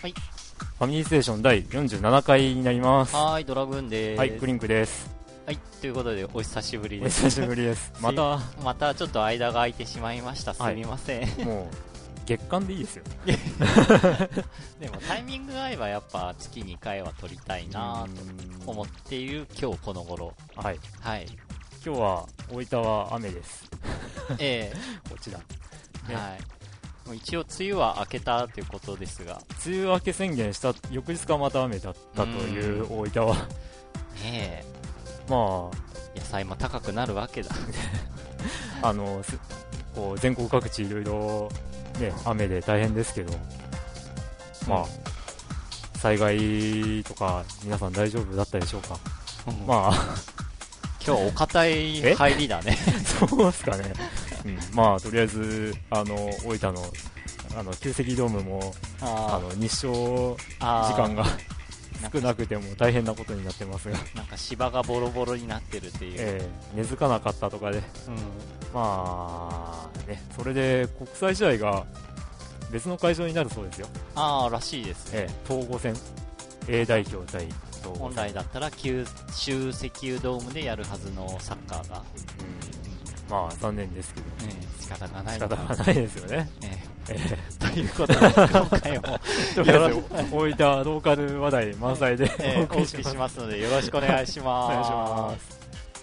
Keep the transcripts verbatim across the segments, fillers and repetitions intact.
はい。 ファミリーステーションだいよんじゅうななかいになります。 はーい、ドラグーンでーす。 はい、クリンクです。 はい、ということで、お久しぶりおです。 久しぶりです。また、 またちょっと間が空いてしまいました。すみません。はい、 もう、月間でいいですよ。 でもタイミングが合えばやっぱ月にかいは撮りたいなと思っている今日この頃。 はい。 はい。 今日は、大分は雨です。 ええこっちだ。 ね、はい。もう一応梅雨は明けたということですが、 梅雨明け宣言した翌日からまた雨だったという大分は。 ねえ。 まあ、 野菜も高くなるわけだ。 あの、こう全国各地いろいろね、雨で大変ですけど、まあ、うん、災害とか皆さん大丈夫だったでしょうか。うん、まあ今日お堅い入りだね。 そうですかね。うん、まあとりあえずあの大分のあの旧石ドームもあの日照時間が少なくても大変なことになってますが、 なんか芝がボロボロになってるっていう、 えー、根付かなかったとかで、うん、まあね、それで国際試合が別の会場になるそうですよ。 ああ、らしいですね。 えー、東郷戦 A 代表対東郷戦、 本来だったら旧州石油ドームでやるはずのサッカーが、 うん、まあ残念ですけど、 えー、仕方がない仕方がないですよね。 えーえー、 ということで今回もとりあえず大分ローカル話題満載で、 えー、お送りしますのでよろしくお願いします。お願いします。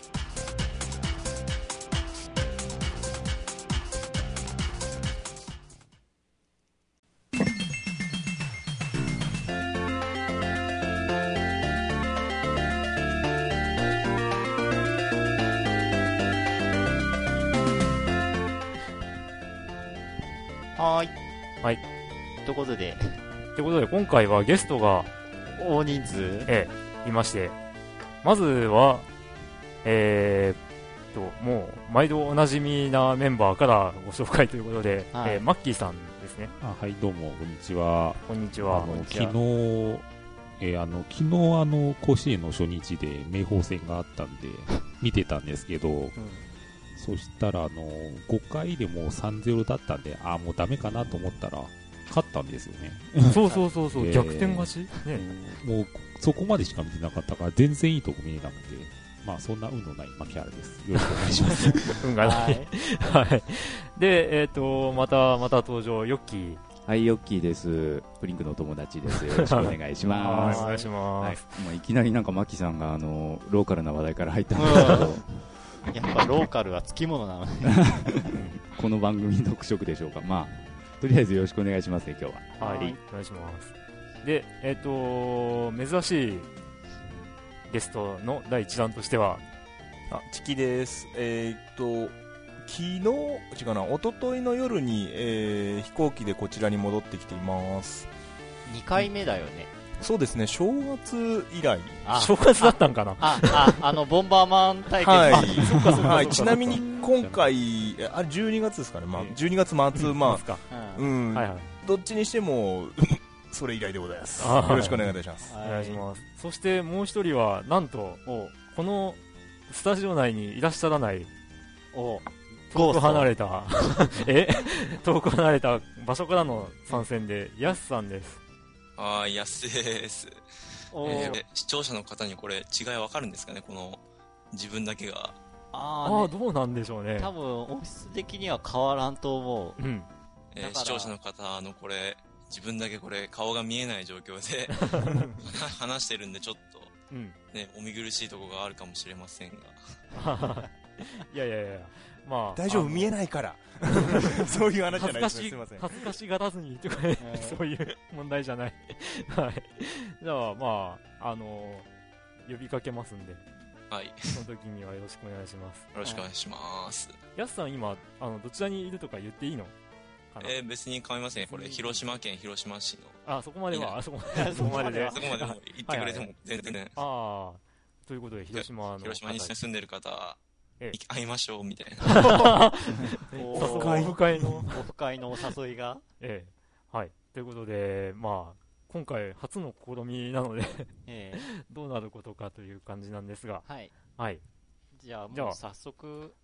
はい。 はい。 ということで。 ということで、今回はゲストが、 大人数ええ、いまして、まずは、えー、と、もう、毎度おなじみなメンバーからご紹介ということで、はい、えー、マッキーさんですね。 あ、はい、どうも、こんにちは。 こんにちは。 あの、昨日、えー、あの、昨日、あの、甲子園の初日で明豊戦があったんで、見てたんですけど、うん、そしたら、あの、ごかいでもう さんたいゼロ だったんで、あ、もうダメかなと思ったら、勝ったんですよね。 そうそうそうそう、えー、逆転勝ち、ね、 もう、そこまでしか見てなかったから、全然いいとこ見えなくて、まあ、そんな運のない牧原です。よろしくお願いします。 運がない。はい。で、えっ、ー、と、また、また登場、ヨッキー。 はい、ヨッキーです。プリンクのお友達です。よろしくお願いします。 お願いします。 はい、もういきなりなんか牧さんが、あの、ローカルな話題から入ったんですけど、 やっぱローカルはつきものなのね。 この番組の特色でしょうか。まあ、とりあえずよろしくお願いしますね、今日は。はい、お願いします。で、えっ、ー、と、珍しいゲストの第一弾としては、 あ、チキです。えー、っと、昨日、違うな、一昨日の夜に、えー、飛行機でこちらに戻ってきています。 にかいめだよね。 そうですね、正月以来。 正月だったんかな。 あ、あ、あの、ボンバーマン対決。 はい。はい、ちなみに今回、あれじゅうにがつですかね、まあ、じゅうにがつ末、まあ、うん、はいはい、どっちにしても、それ以来でございます。よろしくお願いいたします。 お願いします。そしてもう一人は、なんと、このスタジオ内にいらっしゃらない、 お遠く離れた、え遠く離れた場所からの参戦で、ヤスさんです。 はい、ヤスです。えー、視聴者の方にこれ違いわかるんですかね、この自分だけが。 あー、ね、あー、どうなんでしょうね。 多分音質的には変わらんと思う。うん。 えー、視聴者の方のこれ自分だけこれ顔が見えない状況で話してるんでちょっと、うん、ね、お見苦しいところがあるかもしれませんが。 いやいやいや、まあ大丈夫、見えないからそういう話じゃないですね。すいません。 恥ずかしがらずにとか、ね、そういう問題じゃないはい。じゃあまああのー、呼びかけますんで、 はい。 その時にはよろしくお願いします。 よろしくお願いします。 やすさん今あのどちらにいるとか言っていいの？ えー、別に構いません。これ広島県広島市の。あ、そこまでは、あそこまで、そこまでで、 そこまでも行ってくれても全然。 はいはい、ああ、ということで広島の広島に住んでる方、ええ、会いましょうみたいな。 オフ会のオフ会のお誘いが。 ええ、はい。ということで、まあ今回初の試みなのでええ、どうなることかという感じなんですが、 はい。 はい。 じゃあもう早速お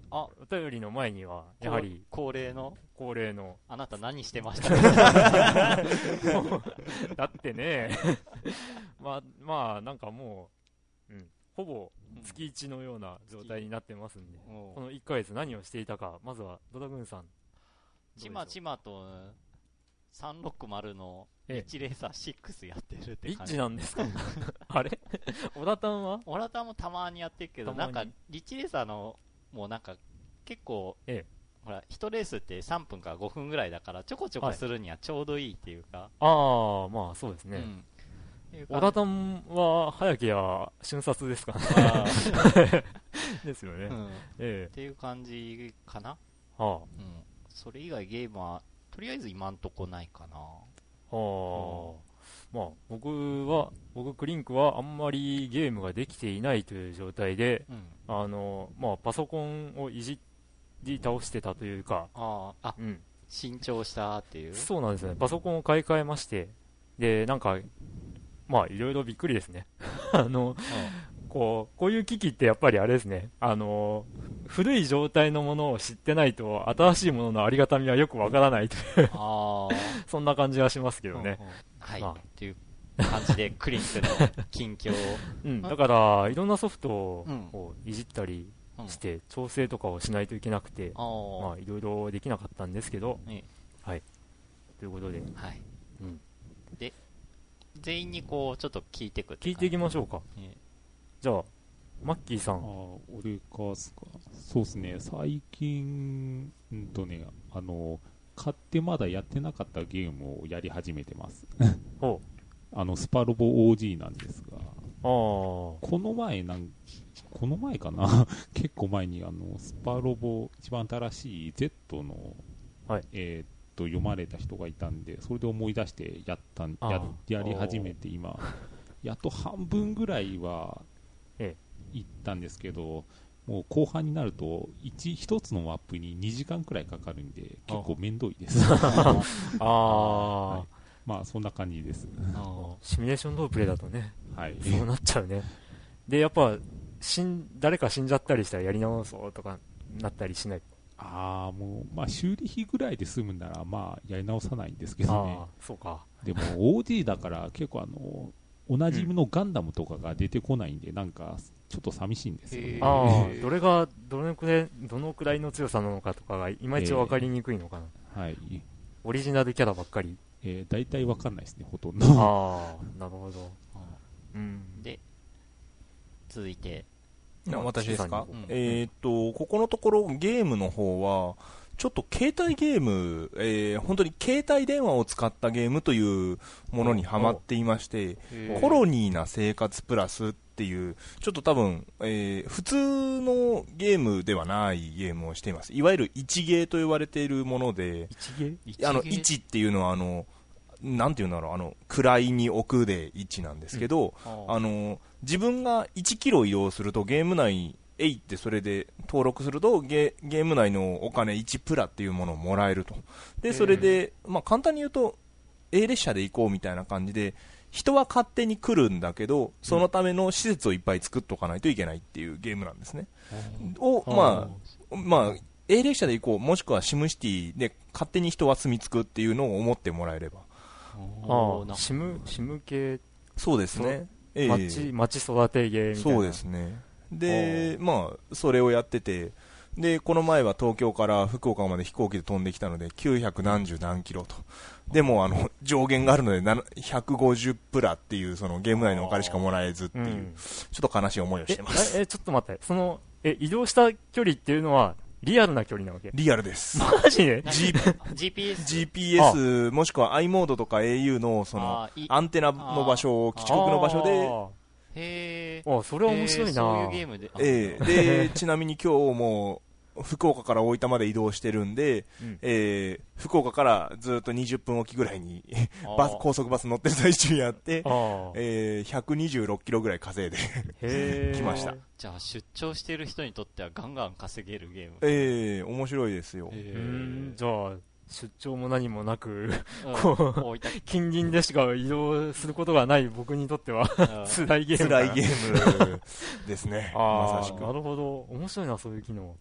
あ、お便りの前には、やはり、 恒例の恒例の。 あなた何してましたかだってね、まあ、まあ、なんかもう、うん、ほぼ月一のような状態になってますんで、うん、このいっかげつ何をしていたか、まずは、ドダグンさん。 ちまちまと、さんろくまるのリッチレーサーシックスやってるって感じ。リッチなんですかあれオラタンはオラタンもたまにやってるけど、なんか、リッチレーサーの、もうなんか、結構、ええ、ほら、いちレースってさんぷんからごふんぐらいだから、ちょこちょこするにはちょうどいいっていうか。はい、 ああ、まあそうですね。うん、オラタンは、早けや瞬殺ですかね。ですよね、うんええ。っていう感じかな。はあ、うん。それ以外ゲームは、とりあえず今んとこないかな。はあ。 うん、まあ、僕は、僕、クリンクはあんまりゲームができていないという状態で、うん、あの、まあ、パソコンをいじり倒してたというか、 ああ、うん。新調したっていう。 そうなんですね。パソコンを買い替えまして、で、なんか、まあ、いろいろびっくりですね。あの、うん、こう、こういう機器ってやっぱりあれですね、あの、古い状態のものを知ってないと、新しいもののありがたみはよくわからないという、あそんな感じはしますけどね。うんうん、 はい。まあ、っていう感じで、クリンクの近況を。 うん、だから、いろんなソフトをいじったりして、調整とかをしないといけなくて、うん、まあ、いろいろできなかったんですけど、うん、はい。ということで、はい。 うん。で、全員にこう、ちょっと聞いていく聞いていきましょうか。えー、じゃあ、マッキーさん。ああ、 俺かすか。そうですね、最近、うんとね、あの、買ってまだやってなかったゲームをやり始めてます。ほう。あの、スパロボ オージー なんですが、あこの前なん、この前かな結構前にあの、スパロボ、一番新しい Z の、はい、えー、っと、読まれた人がいたんで、それで思い出してやったん、や、やり始めて今、やっと半分ぐらいは、ええ。行ったんですけど、もう後半になると 1, 1つのマップににじかんくらいかかるんで結構面倒いですあ、はい、まあそんな感じです。 あシミュレーションロープレイだとね、はい、そうなっちゃうね。でやっぱ死ん誰か死んじゃったりしたらやり直そうとかなったりしない。 ああもうまあ修理費ぐらいで済むならまあやり直さないんですけどね。あそうか。 でも オーディー だから結構あのおなじみのガンダムとかが出てこないんで、うん、なんかちょっと寂しいんですよね。 ああ、どれがどのくらいどのくらいの強さなのかとかがいまいち分かりにくいのかな。えー、はい。オリジナルキャラばっかり。 えー、大体分かんないですね、ほとんど。 ああ、なるほど。 うん。で、続いて、 私ですか。うん、えー、っとここのところゲームの方は。ちょっと携帯ゲーム、えー、本当に携帯電話を使ったゲームというものにハマっていまして、コロニーな生活プラスっていう、ちょっと多分、えー、普通のゲームではないゲームをしています。いわゆる一ゲーと言われているもので、 一ゲーあの、一っていうのは、あの、なんていうんだろう、あの、位に置くで一なんですけど、うん、あの、自分がいちキロ移動するとゲーム内えいってそれで登録すると ゲ, ゲーム内のお金いちプラっていうものをもらえると。でそれで、まあ、簡単に言うと A 列車で行こうみたいな感じで人は勝手に来るんだけどそのための施設をいっぱい作っとかないといけないっていうゲームなんですね。をまあまあ A 列車で行こうもしくはシムシティで勝手に人は住み着くっていうのを思ってもらえれば。 ああシムシム系。 そうですね。 えー、町育てゲーみたいな。 そうですね。でまあそれをやっててでこの前は東京から福岡まで飛行機で飛んできたのできゅうひゃくなんじゅうなんキロとでもあの上限があるのでひゃくごじゅうプラっていうそのゲーム内のお金しかもらえずっていう、うん、ちょっと悲しい思いをしてますええちょっと待ってそのえ移動した距離っていうのはリアルな距離なわけ。 リアルです。 マジで G、 ジーピーエス? ジーピーエス もしくは i モードとか エーユー のそのアンテナの場所を基地局の場所でへー。あ、それは面白いな。 そういうゲームで。 ええー、で、ちなみに今日も福岡から大分まで移動してるんで、うん、えー、福岡からずっとにじゅっぷんおきぐらいにバス高速バス乗ってる最中にやって、えー、ひゃくにじゅうろっキロぐらい稼いで来ました。 じゃあ出張してる人にとってはガンガン稼げるゲーム。 ええー、面白いですよ。 えー、じゃあ出張も何もなく、こう、近隣でしか移動することがない僕にとっては辛いゲーム。 辛いゲームですね。 まさしく。なるほど。面白いな、そういう機能。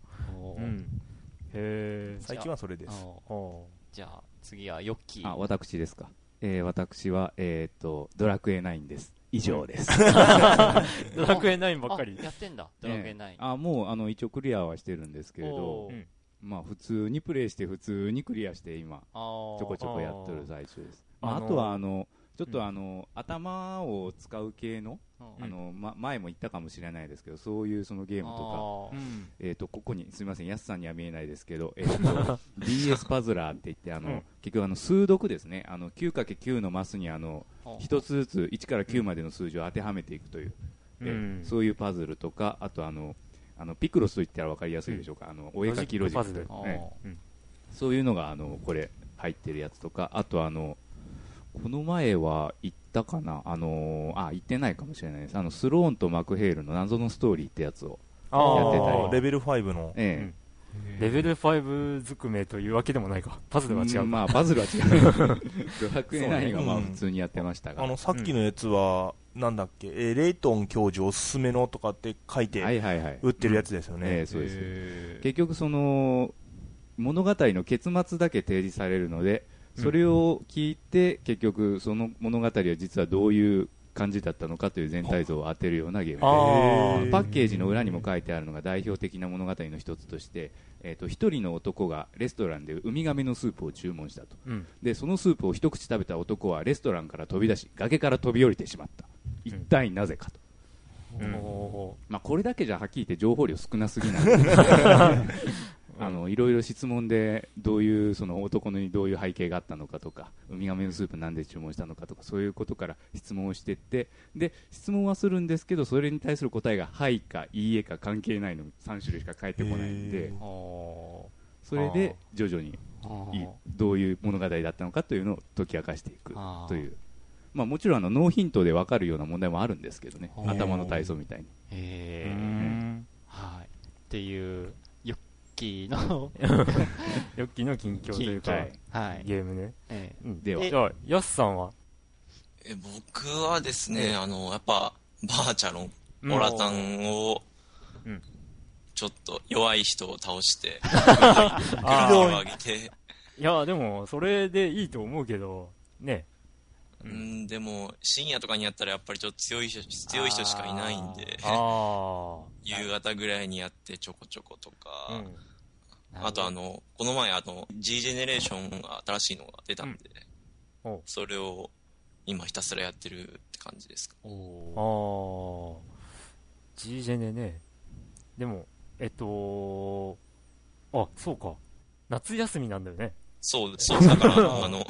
おー、うん、 へー、最近はそれです。 じゃあ次はヨッキー。 あ、私ですか。えー、私は、えー、とドラクエナインです。以上です。 ドラクエナインばっかりやってんだ。ドラクエナイン、 えー、あ、もうあの一応クリアはしてるんですけれど、まあ普通にプレイして普通にクリアして今ちょこちょこやってる最中です。あ、まあ、あとはあのちょっとあの、うん、頭を使う系の、うん、あのま、前も言ったかもしれないですけど、そういうそのゲームとか、えー、とここにすみません、ヤスさんには見えないですけど、えー、とディーエス パズラーって言ってあの、うん、結局あの数読ですね、あの きゅうかけるきゅう のマスにあの一つずついちからきゅうまでの数字を当てはめていくという、うんえー、そういうパズルとか、あとあのあのピクロスと言ったら分かりやすいでしょうか、うん、あのお絵かきロジックという、ねうん、そういうのがあのこれ入ってるやつとか、あとあのこの前は行ったかな、あのー、あ、行ってないかもしれないです。あのスローンとマクヘイルの謎のストーリーってやつをやってたり、 レベルファイブの、 ええ、レベルファイブずくめというわけでもないか、パズルは違う、うん、 まあパズルは違うドラクエナインがまあ普通にやってましたが、 あのさっきのやつは、うん、なんだっけ、えー、レイトン教授おすすめのとかって書いて売ってるやつですよね。 はいはいはい、えー、そうです。結局その物語の結末だけ提示されるので、それを聞いて結局その物語は実はどういう感じだったのかという全体像を当てるようなゲームで、パッケージの裏にも書いてあるのが代表的な物語の一つとして、えー、と一人の男がレストランでウミガメのスープを注文したと、うん、でそのスープを一口食べた男はレストランから飛び出し崖から飛び降りてしまった。一体なぜかと、うん、まあ、これだけじゃはっきり言って情報量少なすぎないあのいろいろ質問でどういうその男のにどういう背景があったのかとか、ウミガメのスープなんで注文したのかとか、そういうことから質問をしていって、で質問はするんですけど、それに対する答えがはいかいいえか関係ないのさん種類しか返ってこないんで、それで徐々にどういう物語だったのかというのを解き明かしていくという、まあ、もちろんあのノーヒントで分かるような問題もあるんですけどね、頭の体操みたいに。 へー、はい、っていうヨッキーのヨッキーの近況というか、はい、ゲームね、 ええ、うん、ではじゃあヤスさんは。 え僕はですね、あのやっぱバーチャロン、オラタンをちょっと弱い人を倒してグラフを上げていやでもそれでいいと思うけどね。 うん、でも深夜とかにやったらやっぱりちょっと強い人強い人しかいないんで、夕方ぐらいにやってちょこちょことか、うん、あとあのこの前あの G ジェネレーションが新しいのが出たんで、うん、それを今ひたすらやってるって感じですか。 おあ G ジェネね。でもえっとあそうか、夏休みなんだよね。 そうそうだからあの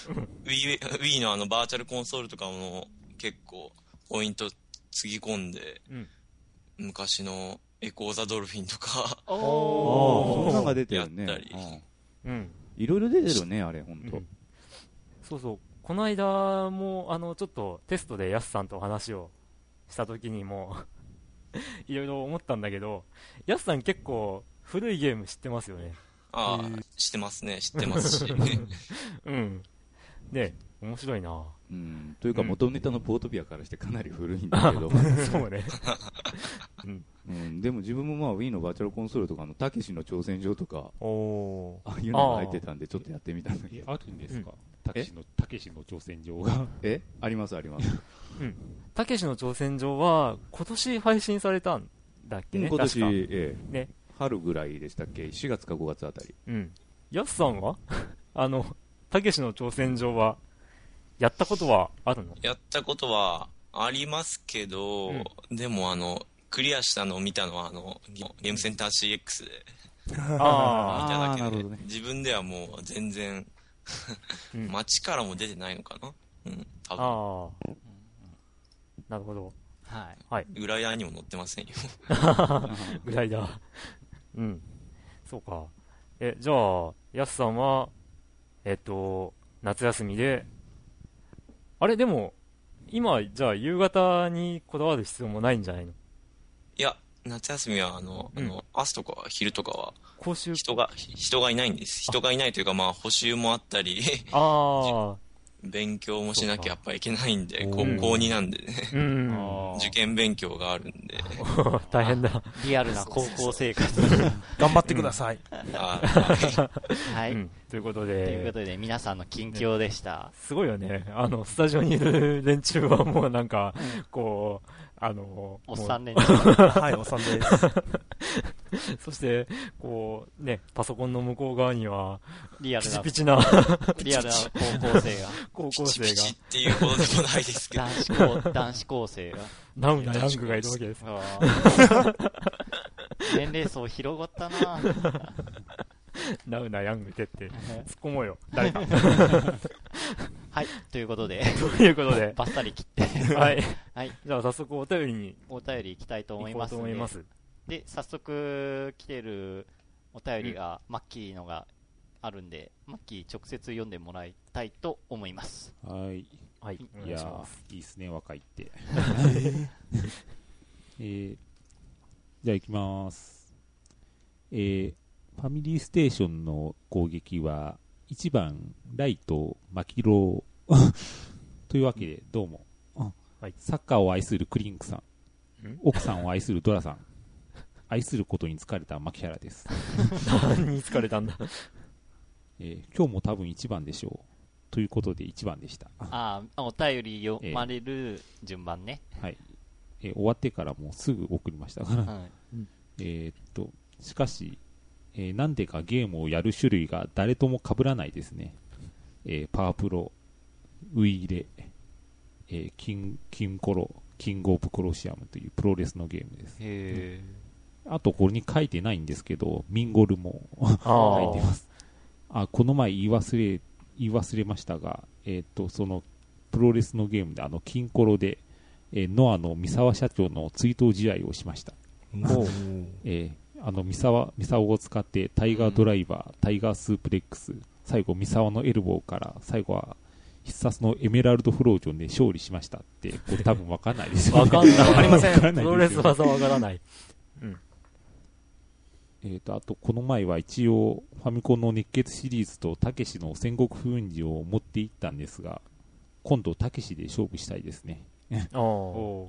Wii, Wii のあのバーチャルコンソールとかも結構ポイントつぎ込んで、うん、昔のエコーザドルフィンとかああそんなのが出てるね。 やったり、 うん、いろいろ出てるねあれ本当、うん、 そうそう、この間もあのちょっとテストでヤスさんと話をした時にもいろいろ思ったんだけど、ヤスさん結構古いゲーム知ってますよね。 ああ、知ってますね、知ってますしうんね、面白いな。 うん、というか元ネタのポートピアからしてかなり古いんだけどそうね、 うんうん、でも自分もまあ Wii のバーチャルコンソールとかのたけしの挑戦状とかおああいうのが入ってたんでちょっとやってみたんだけど。 あるんですか、たけしのたけしの挑戦状がえありますありますたけしの挑戦状は今年配信されたんだっけね。 今年、ええね、 春ぐらいでしたっけ、しがつかごがつあたり。 うん。ヤスさんはあのたけしの挑戦状はやったことはあるの？ やったことはありますけど、うん、でもあのクリアしたのを見たのはあのゲームセンター シーエックス であ見ただけで、ね、自分ではもう全然街からも出てないのかな、うん、多分。ああ、 なるほど。 はい、 はい、 グライダーにも乗ってませんよグライダーうん、そうか。え、じゃあヤスさんはえっと夏休みで、あれでも今じゃあ夕方にこだわる必要もないんじゃないの？ いや夏休みはあの、うん、あの朝とか昼とかは講習人が人がいないんです。人がいないというかまあ補習もあったりあ勉強もしなきゃやっぱいけないんで、高校になんでね、うん、受験勉強があるんで。 大変だ。 リアルな高校生活。 頑張ってください。 はい、うん。 ということで。 ということで、皆さんの近況でした。 すごいよね。あの、スタジオにいる連中はもうなんか、こう、あのおっさん連中。 はい、おっさんです。 そして、こう、ね、パソコンの向こう側には、 リアルな、 ピチピチな、 リアルな高校生が。 高校生が。 ピチピチっていうほどでもないですけど。 男子高、男子高生が。 ナウなヤングがいるわけです。 年齢層広がったなナウなヤングってって、突っ込もうよ、誰か。 はい、ということで。 ということで。 バッサリ切って。 はい。はい。じゃあ早速お便りに。 お便り行きたいと思います。 行こうと思います。 で、早速来てるお便りが、マッキーのがあるんで、マッキー直接読んでもらいたいと思います。 はい。 はい。 いやー、いいっすね、若いって。えー、じゃあ行きます。えー、ファミリーステーションの攻撃はいちばんライトマキローというわけでどうも、はい、サッカーを愛するクリンクさん、ん奥さんを愛するドラさん、愛することに疲れた牧原です。 何に疲れたんだ、 えー、今日も多分いちばんでしょうということでいちばんでした。 ああ、お便り読まれる順番ね、 えー、はい、えー、終わってからもうすぐ送りましたから、はい、えー、っとしかしえー、なんでかゲームをやる種類が誰とも被らないですね。えー、パワープロ、ウイイレ、えー、キン、キンコロ、キングオブコロシアムというプロレスのゲームです。 へー、あとこれに書いてないんですけど、ミンゴルも書いてます。あ、この前言い忘れ、言い忘れましたが、えっと、そのプロレスのゲームであのキンコロで、えー、ノアの三沢社長の追悼試合をしました。えーあの三沢、三沢を使ってタイガードライバー、うん、タイガースープレックス、最後三沢のエルボーから最後は必殺のエメラルドフロージョンで勝利しましたって、これ多分分かんないですよね。 分かんない。 分かりません。 プロレス技分からない。うん。 えーと、あとこの前は一応ファミコンの熱血シリーズとたけしの戦国風雲児を持っていったんですが、今度たけしで勝負したいですね。 ああ。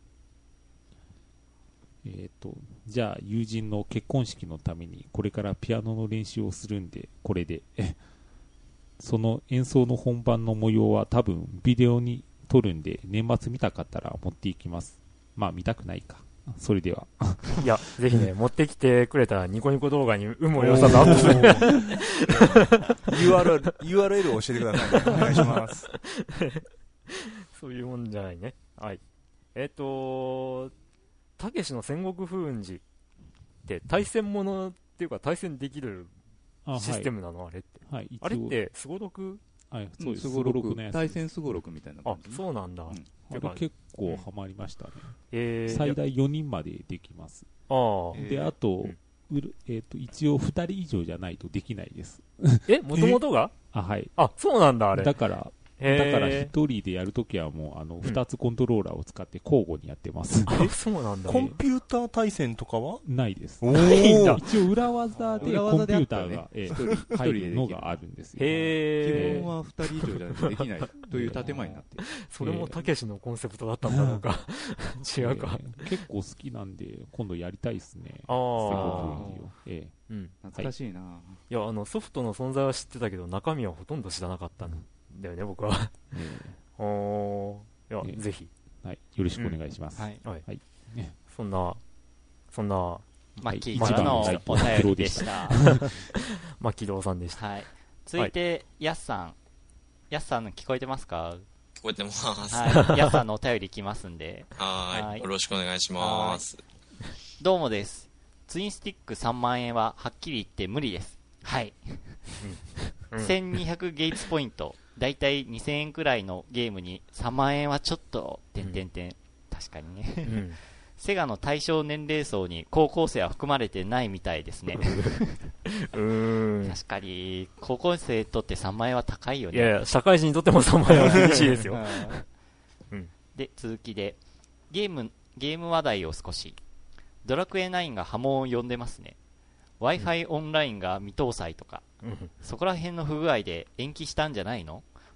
えーと、じゃあ友人の結婚式のためにこれからピアノの練習をするんで、これでその演奏の本番の模様は多分ビデオに撮るんで、年末見たかったら持っていきます。まあ見たくないか。それでは。 いや、ぜひね、持ってきてくれたらニコニコ動画に有無をよさとアップする。 ユーアールエル、ユーアールエル を教えてください、ね。お願いします。 そういうもんじゃないね。はい。えっと、たけしの戦国風雲児って対戦ものっていうか対戦できるシステムなの？ あ, あれって、 はい、 あれってすごろく？ はい、そうです。 すごろくのやつ。対戦すごろくみたいな感じ。 あ、そうなんだ。うん、 あれ結構ハマりましたね。 えー、 最大よにんまでできます。 あで、あと、うん、えーと、一応ふたり以上じゃないとできないです。 え、もともとが？ あ、はい。 あ、そうなんだ、あれ。 だから、だから一人でやるときはもうあの二つコントローラーを使って交互にやってます。 あ、そうなんだ。 コンピューター対戦とかはないです。 ないんだ。 一応裏技でコンピューターが入るのがあるんですよ。 へー。基本は二人以上じゃないとできないという建前になっている。 それもたけしのコンセプトだったんだろうか。違うか。 結構好きなんで今度やりたいですね。 ああ。 ええ。 懐かしいな。 いや、あのソフトの存在は知ってたけど中身はほとんど知らなかったの。だよね、僕は。えー、おー、いや、えー、ぜひ、 はい、よろしくお願いします。 うん、はい、 はい、はい、ね、そんな、そんな、 マッキーからのお便りでした。 マッキー堂さんでした。 はい。続いて、ヤスさん、ヤスさん聞こえてますか？ 聞こえてます。 はい、ヤスさんのお便り来ますんで。 はい、はい、よろしくお願いします。 どうもです。ツインスティックさんまんえんははっきり言って無理です。はい。うん、せんにひゃくゲイツポイント。だいたいにせんえんくらいのゲームにさんまんえんはちょっと、てんてんてん。確かにね、うん。セガの対象年齢層に高校生は含まれてないみたいですね。 うーん。 確かに、高校生にとってさんまんえんは高いよね。 いやいや、社会人にとってもさんまんえんは厳しいですよ。 うん、で、続きで、ゲーム、ゲーム話題を少し。ドラクエナインが波紋を呼んでますね。Wi-Fi オンラインが未搭載とか、うん、そこら辺の不具合で延期したんじゃないの？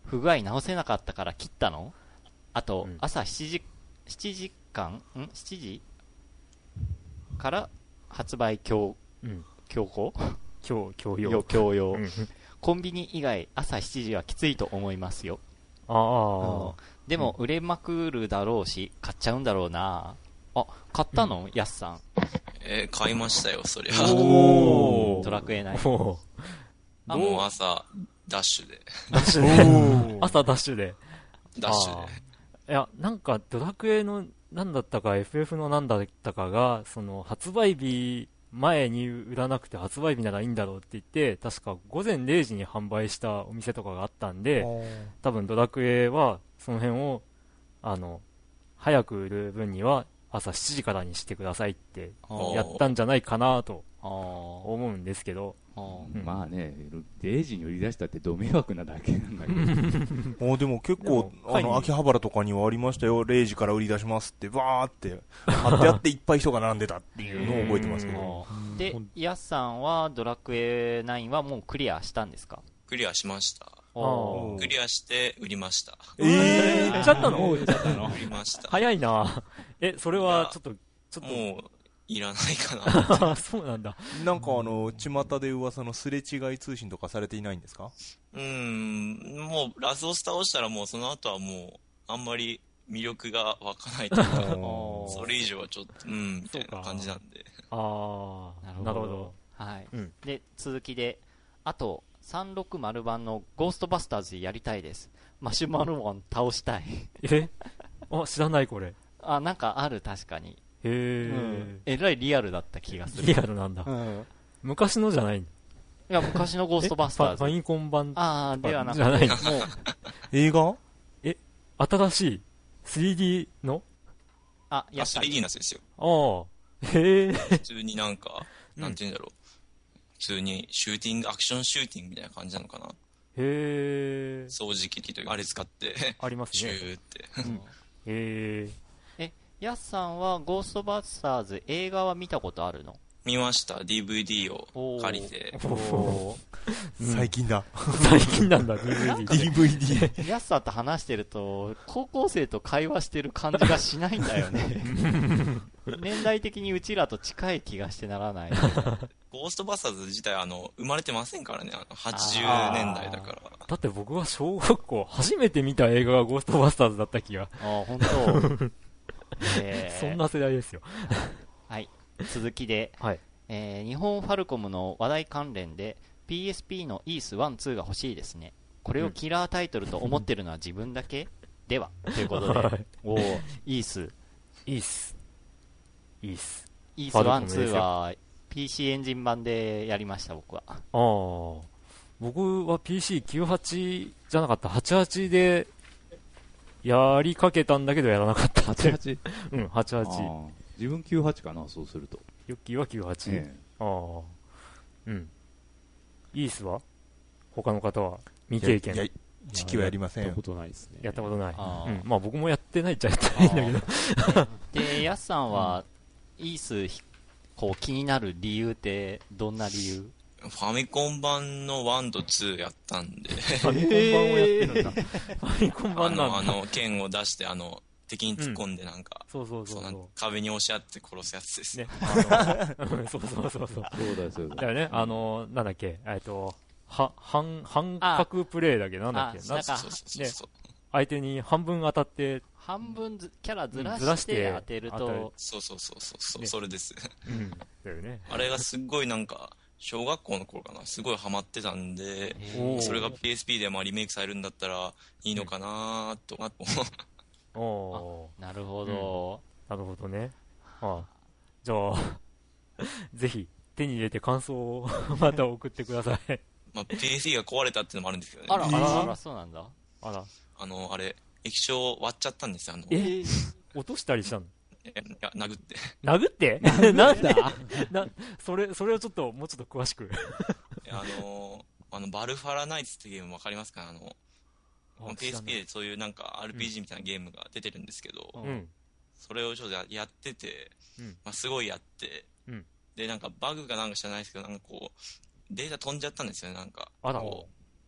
不具合直せなかったから切ったの？あと、 うん、 朝しちじ、しちじかんん ?しち 時から発売強、 うん、 強行強、強要。 強要。 うん、 コンビニ以外朝しちじはきついと思いますよ。 ああ、 うん、でも売れまくるだろうし、買っちゃうんだろうな。あ、買ったの、うん、やすさん。 えー、買いましたよ、そりゃ。 おー、ドラクエナイン。 もう朝、ダッシュで。 ダッシュで。朝ダッシュで。 ダッシュで。 いや、なんか、ドラクエの何だったか、エフエフ の何だったかが、その、発売日前に売らなくて発売日ならいいんだろうって言って、確か午前れいじに販売したお店とかがあったんで、多分ドラクエは、その辺を、あの、早く売る分には、朝しちじからにしてくださいってやったんじゃないかなと思うんですけど、 うん、まあね、れいじに売り出したってど迷惑なだけなんだけどもうでも結構あの秋葉原とかにはありましたよ、れいじから売り出しますってバーって貼ってあっていっぱい人が並んでたっていうのを覚えてますけどで、ヤスさんはドラクエナインはもうクリアしたんですか？ クリアしました。クリアして売りました。 えー、売っちゃったの？ 売っりました。 早いな。え、それはちょっと、ちょっと。 もう、いらないかな。 そうなんだ。 なんかあの、巷で噂のすれ違い通信とかされていないんですか？ うーん、もうラスボス倒したらもうその後はもう、あんまり魅力が湧かないというか、それ以上はちょっと、うん、みたいな感じなんで。 ああ、なるほど。 はい。うん、で、続きで、あと、さんびゃくろくじゅうばんのゴーストバスターズやりたいです。マシュマロマン倒したい。 えあ、知らないこれ。 あ、なんかある、確かに。 へー、 うん。えらいリアルだった気がする。 リアルなんだ。うん、昔のじゃない。いや、昔のゴーストバスターズ。 ファミコン版ああ、ではなくて。 じゃない。 もう。 映画？ え、新しい スリーディー のあ、やっぱり スリーディー のやつですよ。 ああ、へえ。 普通になんか、なんて言うんだろう。普通にシューティング、アクションシューティングみたいな感じなのかな。 へー。 掃除機というか、あれ使って、 ありますね。 シューって。 うん、へー。 え、ヤスさんはゴーストバスターズ映画は見たことあるの？ 見ました。ディーブイディー を借りて。 最近だ。 最近なんだ、ディーブイディー。 ディーブイディー。 ヤスさんと話してると、高校生と会話してる感じがしないんだよね。年代的にうちらと近い気がしてならない。 ゴーストバスターズ自体あの生まれてませんからね。あのはちじゅうねんだいだから。 だって僕は小学校初めて見た映画がゴーストバスターズだった気が。 ああ、本当。 えー、そんな世代ですよ。 はい。続きで、 はいえー、日本ファルコムの話題関連で ピーエスピー のイースワン、ツーが欲しいですね。これをキラータイトルと思ってるのは自分だけではということで、おー、イース。 イース。イース。 イースワン、ツーは ピーシー エンジン版でやりました、僕は。ああ。 僕は ピーシーきゅうじゅうはち じゃなかった、はちじゅうはちでやりかけたんだけどやらなかった。 はちじゅうはち？ うん、はちじゅうはち。 自分きゅうじゅうはちかな、そうすると。 ヨッキーはきゅうじゅうはち。ええ、ああ。うん。イースは他の方は未経験。 いや、時期はやりませんよ。 やったことないですね。 やったことない。うん。まあ僕もやってないっちゃやってないんだけど。 で、ヤスさんは、うん、イース、こう気になる理由ってどんな理由？ ファミコン版のワンとツーやったんで。 ファミコン版をやってるんだ。ファミコン版なんだ。 あの、あの、剣を出して、あの、敵に突っ込んでなんか、 うん、そうそうそうそう。 壁に押し合って殺すやつですね。 そうそうそうそう。そうだそうだ。 だよね、あの、なんだっけ、えっと、は、半、半角プレイだっけ、なんだっけ、 なんか、そうそうそう。 相手に半分当たって、 半分ずキャラずらして当てると、 そうそうそうそう、それです。 うん。だよね。 あれがすっごいなんか、小学校の頃かな、すごいハマってたんで、それが ピーエスピー でまあリメイクされるんだったらいいのかなとか、 うん、おなるほど、 うん、なるほどね。ああ、じゃあぜひ手に入れて感想をまた送ってください。 まあ ピーエスピー が壊れたっていうのもあるんですけどね。 あらあらあら、そうなんだ。 あら、 あのあれ液晶割っちゃったんですよ。あのえー、落としたりしたの？ いや、殴って殴ってなんでな、それ、それをちょっと、もうちょっと詳しく。 あのー、あの、バルファラナイツってゲームわかりますか？あの、ピーエスピー でそういうなんか アールピージー みたいなゲームが出てるんですけど、 うん、 それをちょっとやってて、 うん、 まあ、すごいやって、うん、で、なんかバグかなんか知らないですけど、なんかこう、データ飛んじゃったんですよね、なんか。 あら。 こう、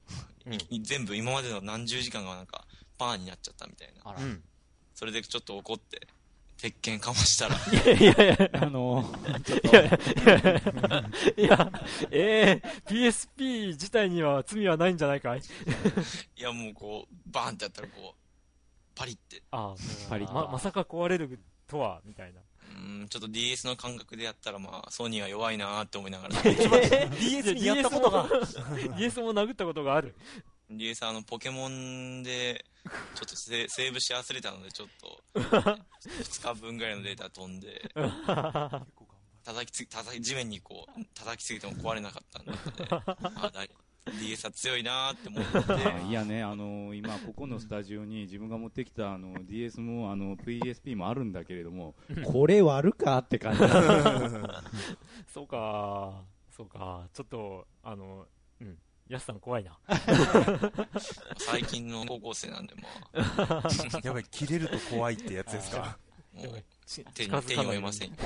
い全部今までの何十時間がなんかバーになっちゃったみたいな。 あら。 それでちょっと怒って、鉄拳かましたら。 いやいやいや、 あのいやいや、いや、えー、ピーエスピー 自体には罪はないんじゃないかい？ いやもうこう、バーンってやったらこう、パリって。 ああ、 パリッま、まさか壊れるとは、みたいな。 うん、ちょっと ディーエス の感覚でやったらまあ、ソニーは弱いなーって思いながら。 ディーエス にやったことが、ディーエス も殴ったことがある。 ディーエス あの、ポケモンで、ちょっとセセーブし忘れたので、ちょっと、ふつかぶんぐらいのデータ飛んで、叩きつ、叩き、地面にこう、叩きすぎても壊れなかったんで、あだ ディーエス は強いなーって思って。 いやね、あのー、今ここのスタジオに自分が持ってきたあの ディーエス もあの ピーエスピー もあるんだけれども、これ割るかって感じ。 そうか、そうか、ちょっと、あの、うん、ヤスさん怖いな。 最近の高校生なんで、まあ。 やばい、切れると怖いってやつですか。 もう手に、手に負えません。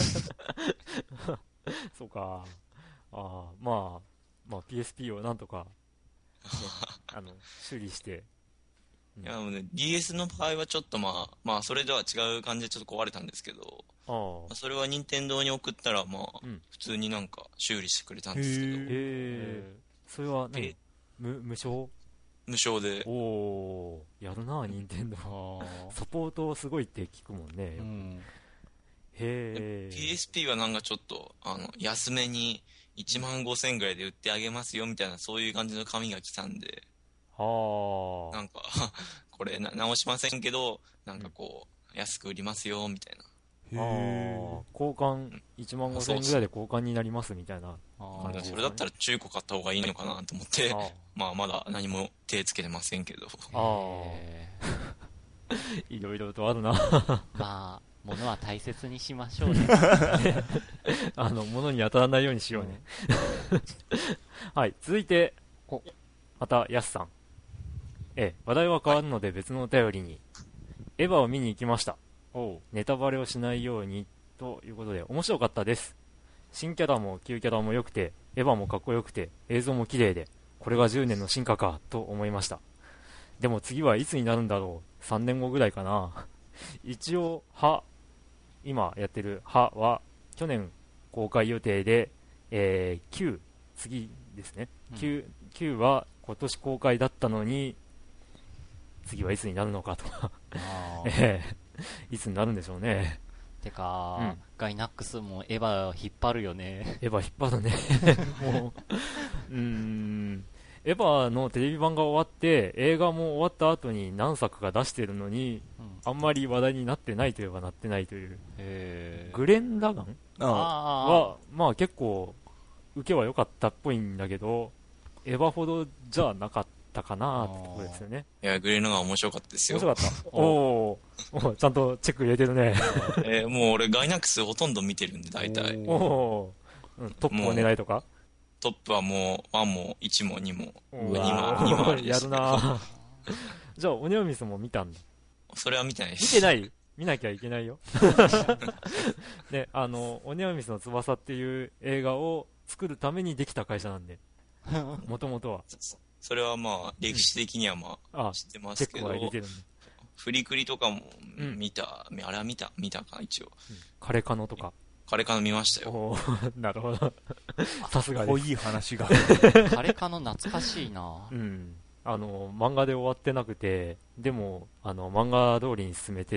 そうか、ああ、まあ、まあ ピーエスピー をなんとか、ね、あの、修理して。 いや、もうね、ディーエス の場合はちょっとまあ、まあ、それとは違う感じでちょっと壊れたんですけど、 ああ、 それは任天堂に送ったら、まあ、 うん、 普通になんか修理してくれたんですけど。 へえ、それは何、 え無、無償？ 無償で。 おー、やるな、任天堂。サポートすごいって聞くもんね。 うん、 へえ。 ピーエスピー はなんかちょっと、あの、安めにいちまんごせんぐらいで売ってあげますよみたいな、そういう感じの紙が来たんで、 はあ。 なんか、これな直しませんけど、なんかこう、安く売りますよみたいな。 ああ、交換いちまんごせん円ぐらいで交換になりますみたいな感じですかね。 それだったら中古買った方がいいのかなと思って、まあまだ何も手つけてませんけど。 ああ。いろいろとあるな。 まあ、物は大切にしましょうね。 あの、物に当たらないようにしようね。はい、続いて、また、ヤスさん。ええ、話題は変わるので別のお便りに、エヴァを見に行きました。ネタバレをしないようにということで面白かったです。新キャラも旧キャラも良くて、エヴァもかっこよくて、映像も綺麗で、これがじゅうねんの進化かと思いました。でも次はいつになるんだろう。さんねんごぐらいかな。一応は今やってるはは去年公開予定で、えー、きゅう次ですね、うん、きゅう, きゅうは今年公開だったのに次はいつになるのかとか、えーいつになるんでしょうね。 てか、 うん、 ガイナックスもエヴァを引っ張るよね。 エヴァ引っ張るね。もう、うーん、エヴァのテレビ版が終わって映画も終わった後に何作か出してるのに、うん、あんまり話題になってないといえばなってないという。 へー、 グレン・ラガンあはまあ結構受けは良かったっぽいんだけど、エヴァほどじゃなかったかなってところですよね。 いや、グレン・ラガン面白かったですよ。 面白かった。おお、ちゃんとチェック入れてるね。 えー、もう俺ガイナックスほとんど見てるんで大体。 おお、うん、トップを狙いとか。 トップはもういちもいちもにもにもにもあるやるな。じゃあオネオミスも見たんだ。 それは見てないし。 見てない。見なきゃいけないよ。ね、あのオネオミスの翼っていう映画を作るためにできた会社なんで、もともとは。 それはまあ歴史的にはまあ知ってますけど、 チェックは入れてるんで。 フリクリとかも見た、うん、あれは見た見たか一応。 うん、カレカノとか。 カレカノ見ましたよ。 おなるほど。さすがです。 濃い話が。 カレカノ懐かしいな。 うん。あの漫画で終わってなくて、でもあの漫画通りに進めてって、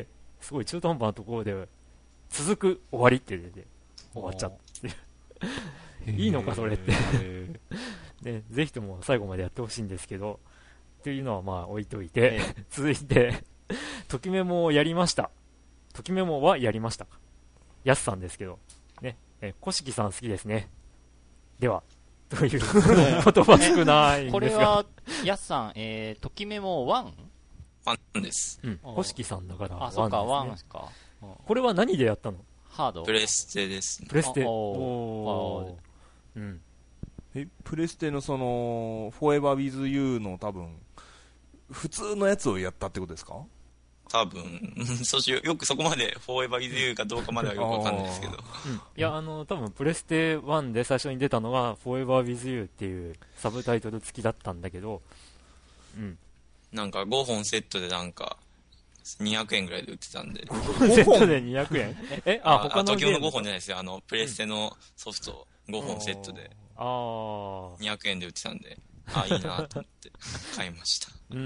すごい中途半端なところで続く終わりって出て終わっちゃっていいのかそれってね、ぜひとも最後までやってほしいんですけど、っていうのはまあ置いといて、続いてときメモをやりました。ときメモはやりましたか。やすさんですけどね、え小敷さん好きですね。ではという言葉少ないんですが、 これはやすさん、えー、ときメモワン？ ワンです。 うん、小敷さんだからワンですね。 あ、そうか、ワンか。 これは何でやったの？ ハード？ プレステです、ね。 プレステ。 おおー。うん。 え、プレステのその、フォーエバーウィズユーの多分、普通のやつをやったってことですか？ 多分、そしよくそこまで、フォーエバー with you かどうかまではよくわかんないですけど。 うん、いや、あの、多分プレステワンで最初に出たのが、フォーエバー with you っていうサブタイトル付きだったんだけど、うん。 なんかごほんセットでなんか、にひゃくえんぐらいで売ってたんで。 ごほんセットでにひゃくえんえ、あ、他の東京のごほんじゃないですよ。あの、プレステのソフトごほんセットで。 ああ。 にひゃくえんで売ってたんで、あ、いいなと思って買いました。 うん。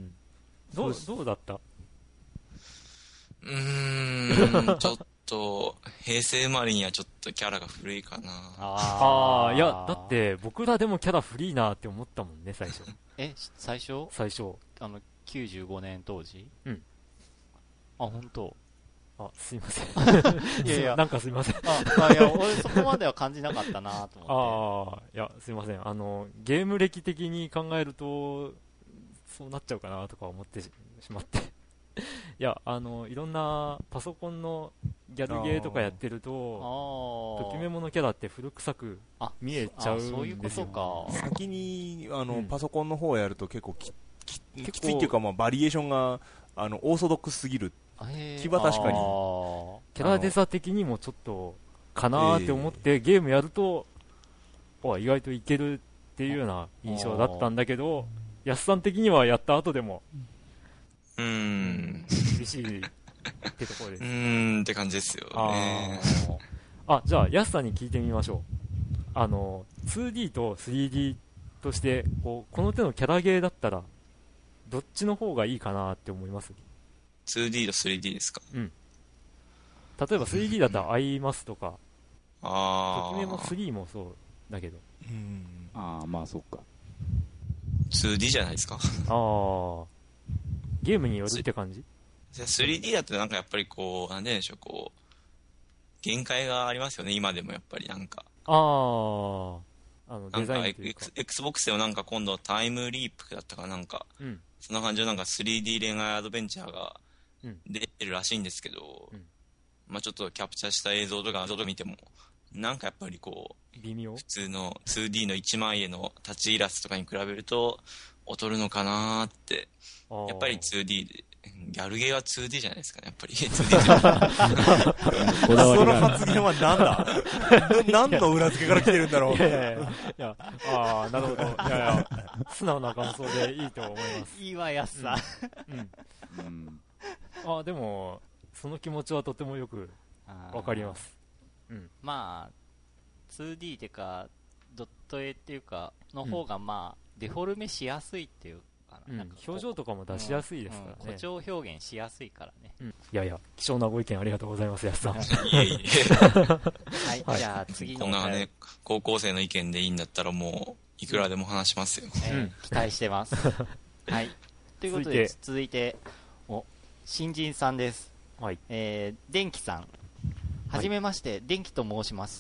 どう、どうだった？ うーん、ちょっと、平成生まれにはちょっとキャラが古いかな。 ああ、いや、だって僕らでもキャラ古いなって思ったもんね、最初。 え、最初最初。 あの、きゅうじゅうごねん当時うん。 あ、本当。 あ、すいません。いやいや、なんかすいません。 あ、あいや、俺そこまでは感じなかったなと思って。ああ、いや、すいません。あの、ゲーム歴的に考えると、そうなっちゃうかなとか思ってしまって。いや、あの、いろんなパソコンのギャルゲーとかやってると、ときめものキャラって古臭く見えちゃうんですよ。 そういうことか。 先に、あの、うん、パソコンの方をやると結構き、き、きついっていうか、まあ、バリエーションが、あの、オーソドックスすぎる気は確かに。 キャラデザ的にもちょっと、かなーって思って、ゲームやると、意外といけるっていうような印象だったんだけど、安さん的にはやった後でも、 うーん。 厳しいってところです。 うーんって感じですよね。 あ、じゃあ、安さんに聞いてみましょう。あの、ツーディー と スリーディー として、こう、この手のキャラゲーだったら、どっちの方がいいかなって思います？ ツーディー と スリーディー ですか？ うん。例えば スリーディー だったらアイマスとか、 ああ。 ときめもスリーもそうだけど。 うん。ああ、まあそっか。 ツーディー じゃないですか。ああ。ゲームによるって感じ？ スリーディー だとなんかやっぱりこう、なんででしょう、こう、限界がありますよね、今でもやっぱりなんか。 ああ。あの、デザインというか。 なんか、Xbox でもなんか今度タイムリープだったかなんか、うん、そんな感じのなんか スリーディー 恋愛アドベンチャーが出てるらしいんですけど、うん、まあちょっとキャプチャーした映像とか画像とか見ても、なんかやっぱりこう、 微妙？ 普通の ツーディー のいちまいえのタッチイラストとかに比べると、劣るのかなーって。やっぱり ツーディー で、ギャルゲーは ツーディー じゃないですかね、やっぱり。ツーディー じゃない。 その発言は何だ何の裏付けから来てるんだろう。いやいやいや、ああ、なるほど。いやいや、素直な感想でいいと思います。 いいわ、やすさ。 うん。うん。あ、でも、その気持ちはとてもよくわかります。 うん。まあ、ツーディー っていうか、ドット絵っていうか、の方がまあ、デフォルメしやすいっていうかな、 うん、なんか表情とかも出しやすいですからね、 うんうん、誇張表現しやすいからね、 うん、いやいや貴重なご意見ありがとうございます、安さん。 いえいえはい、はい、じゃあ次のこんなね高校生の意見でいいんだったらもういくらでも話しますよ、 えーうん、期待してますはいということで続いてお新人さんです、はい、えー、電気さんはじめまして、はい、電気と申します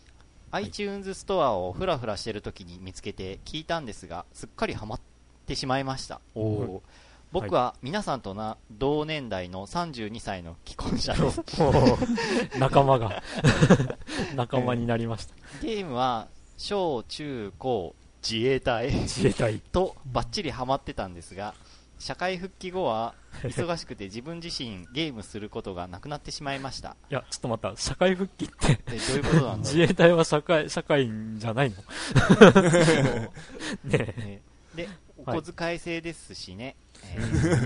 。iTunes ストアをフラフラしてる時に見つけて聞いたんですが、すっかりハマってしまいました。お僕は皆さんとな同年代のさんじゅうにさいの既婚者です仲間が仲間になりました。 ゲームは小中高自衛隊自衛隊とバッチリハマってたんですが、社会復帰後は忙しくて自分自身ゲームすることがなくなってしまいました。 いや、ちょっと待った、社会復帰ってえどういうことなんだろう。 自衛隊は社会社会じゃないのねえで、お小遣い制ですしね、 卑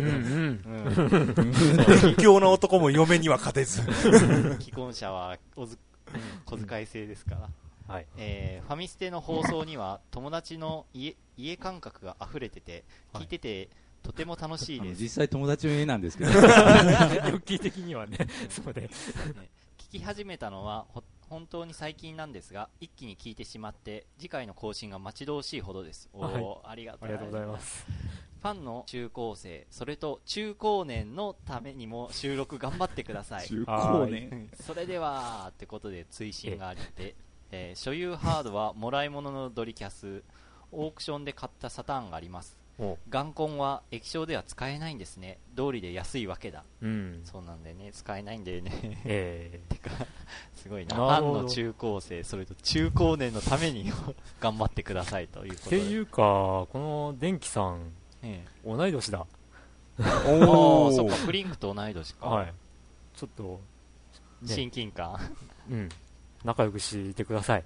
怯な男も嫁には勝てず既婚者はおず、うん、小遣い制ですから、 はい、 えー、ファミステの放送には友達の 家, 家感覚が溢れてて聞いてて、はい、とても楽しいです。 実際友達の家なんですけど欲求的にはねそうで、ね、 聞き始めたのは本当に最近なんですが、一気に聞いてしまって次回の更新が待ち遠しいほどです。お、はい、ありがとうございます。ファンの中高生、それと中高年のためにも収録頑張ってください。 中高年それではってことで追伸があって、えー、所有ハードはもらい物のドリキャス、オークションで買ったサターンがあります。眼根は液晶では使えないんですね。道理で安いわけだ、うん、そうなんだよね、使えないんだよね、えー、てかすごいな、ファンの中高生、それと中高年のために頑張ってくださいということで。 っていうか、この電気さん、ええ、同い年だおお、そっか、プリンクと同い年か。 はい。ちょっと、ね、 親近感。 うん。仲良くしてください。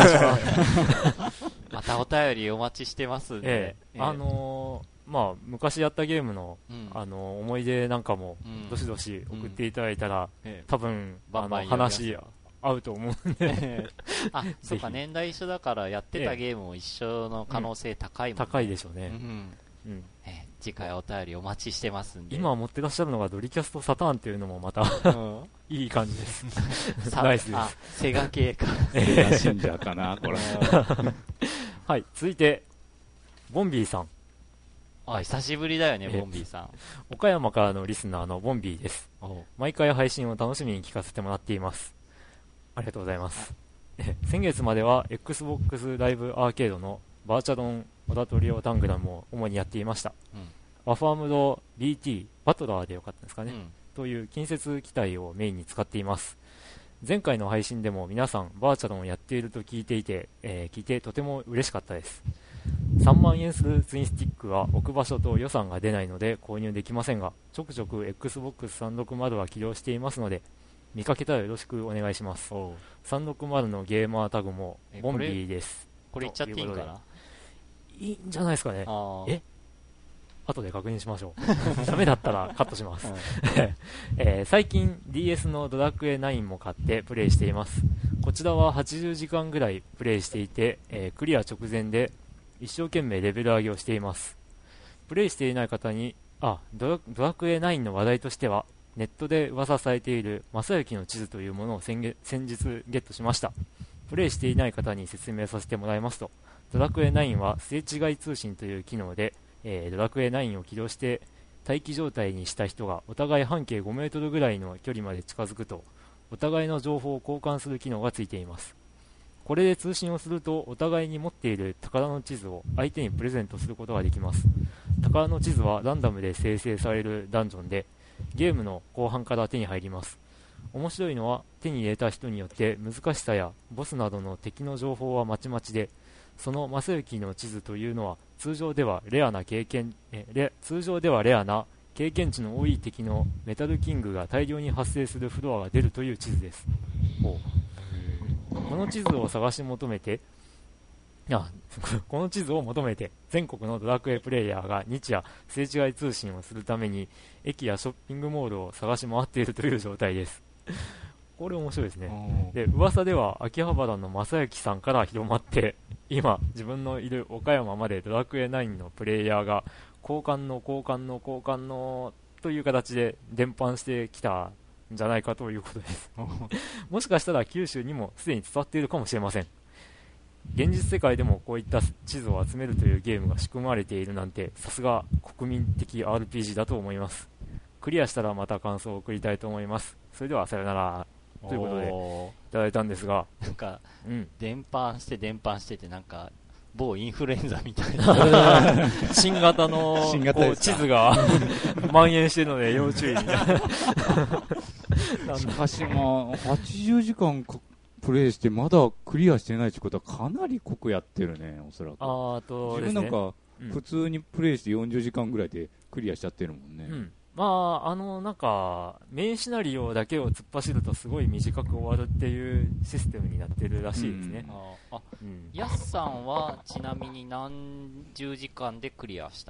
またお便りお待ちしてますんで。えええ、あのー、まあ、昔やったゲームの、うん、あのー、思い出なんかも、どしどし送っていただいたら、うん、多分、あの、話、合うと思うんで。 あ、そうか、年代一緒だから、やってたゲームも一緒の可能性高いもんね。 うん、高いでしょうね。 うん。うん、えー、次回お便りお待ちしてますんで。 今持ってらっしゃるのがドリキャストサターンっていうのもまた、うん、いい感じです。ナイスです。 セガ系か。 セガ信者かな、これ。 はい、続いて、ボンビーさん。 あ、久しぶりだよね、ボンビーさん。 岡山からのリスナーのボンビーです。毎回配信を楽しみに聞かせてもらっています。ありがとうございます。先月までは Xbox ライブアーケードのバーチャロンオダトリオタングラムを主にやっていました。うん、アファームド ビーティー バトラーでよかったんですかね、うん、という近接機体をメインに使っています。前回の配信でも皆さんバーチャロンをやっていると聞いていて、えー、聞いてとても嬉しかったです。さんまんえんするツインスティックは置く場所と予算が出ないので購入できませんが、ちょくちょく エックスボックスさんびゃくろくじゅう は起動していますので、見かけたらよろしくお願いします。さんびゃくろくじゅうのゲーマータグもボンビーです。 これ言っちゃっていいかな。 いいんじゃないですかね。え後で確認しましょう。ダメだったらカットします。うんえー、最近 ディーエス のドラクエナインも買ってプレイしています。こちらははちじゅうじかんぐらいプレイしていて、えー、クリア直前で一生懸命レベル上げをしています。プレイしていない方に、あ、ドラ、ドラクエナインの話題としては、ネットで噂されている正行の地図というものを先月、先日ゲットしました。プレイしていない方に説明させてもらいますと、ドラクエナインはすれ違い通信という機能で、えー、ドラクエナインを起動して待機状態にした人がお互い半径ごメートルぐらいの距離まで近づくと、お互いの情報を交換する機能がついています。これで通信をするとお互いに持っている宝の地図を相手にプレゼントすることができます。宝の地図はランダムで生成されるダンジョンで、ゲームの後半から手に入ります。面白いのは手に入れた人によって難しさやボスなどの敵の情報はまちまちで、その正行の地図というのは通常ではレアな経験えレ通常ではレアな経験値の多い敵のメタルキングが大量に発生するフロアが出るという地図です。ほうこの地図を探し求めてあこの地図を求めて全国のドラクエプレイヤーが日夜すれ違い通信をするために駅やショッピングモールを探し回っているという状態です。これ面白いですね。で、噂では秋葉原の正行さんから広まって、今自分のいる岡山までドラクエナインのプレイヤーが交換の交換の交換のという形で伝播してきたんじゃないかということです。もしかしたら九州にもすでに伝わっているかもしれません。現実世界でもこういった地図を集めるというゲームが仕組まれているなんて、さすが国民的 アールピージー だと思います。クリアしたらまた感想を送りたいと思います。それではさよならということでいただいたんですが、 なんか、うん、伝播して伝播してて、なんか某インフルエンザみたいな新型のこう地図が蔓延しているので要注意みたいな。しかしまあはちじゅうじかんプレイしてまだクリアしてないということはかなり濃くやってるね、おそらく。 ああと自分なんか普通にプレイしてよんじゅうじかんぐらいでクリアしちゃってるもんね。 うん、まああのなんかメインシナリオだけを突っ走るとすごい短く終わるっていうシステムになってるらしいですね。うん、 ああ、うん、ヤスさんはちなみに何十時間でクリアした？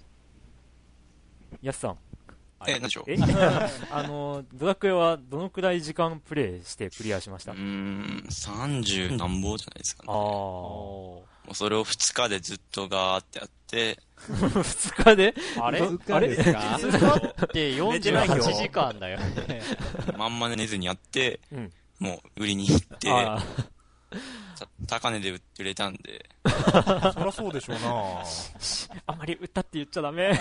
ヤスさん。 え、何でしょう。 えあの、ドラクエはどのくらい時間プレイしてクリアしました？ うーん、さんじゅうなんぼじゃないですかね。ああ。もうそれをふつかでずっとガーってやって、 ふつかであれあれですかふつかってよんじゅうはちじかんだよね。 まんま寝ずにやって、うん、もう売りに行って、高値で売ってれたんで。 そりゃそうでしょうなあまり売ったって言っちゃダメ。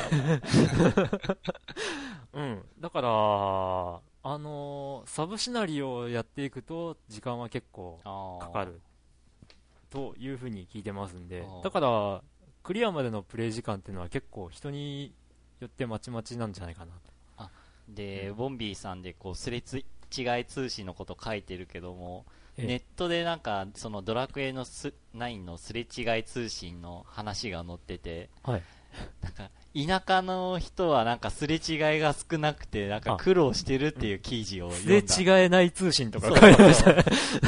うん。だから、あのー、サブシナリオをやっていくと時間は結構かかるというふうに聞いてますんで、だからクリアまでのプレイ時間っていうのは結構人によってまちまちなんじゃないかな。 あで、うん、ボンビーさんでこうすれ違い通信のこと書いてるけども、ネットでなんかそのドラクエのナインのすれ違い通信の話が載ってて、 はい、 なんか田舎の人はなんかすれ違いが少なくてなんか苦労してるっていう記事を読んだ。 すれ違えない通信とか書いてましたね。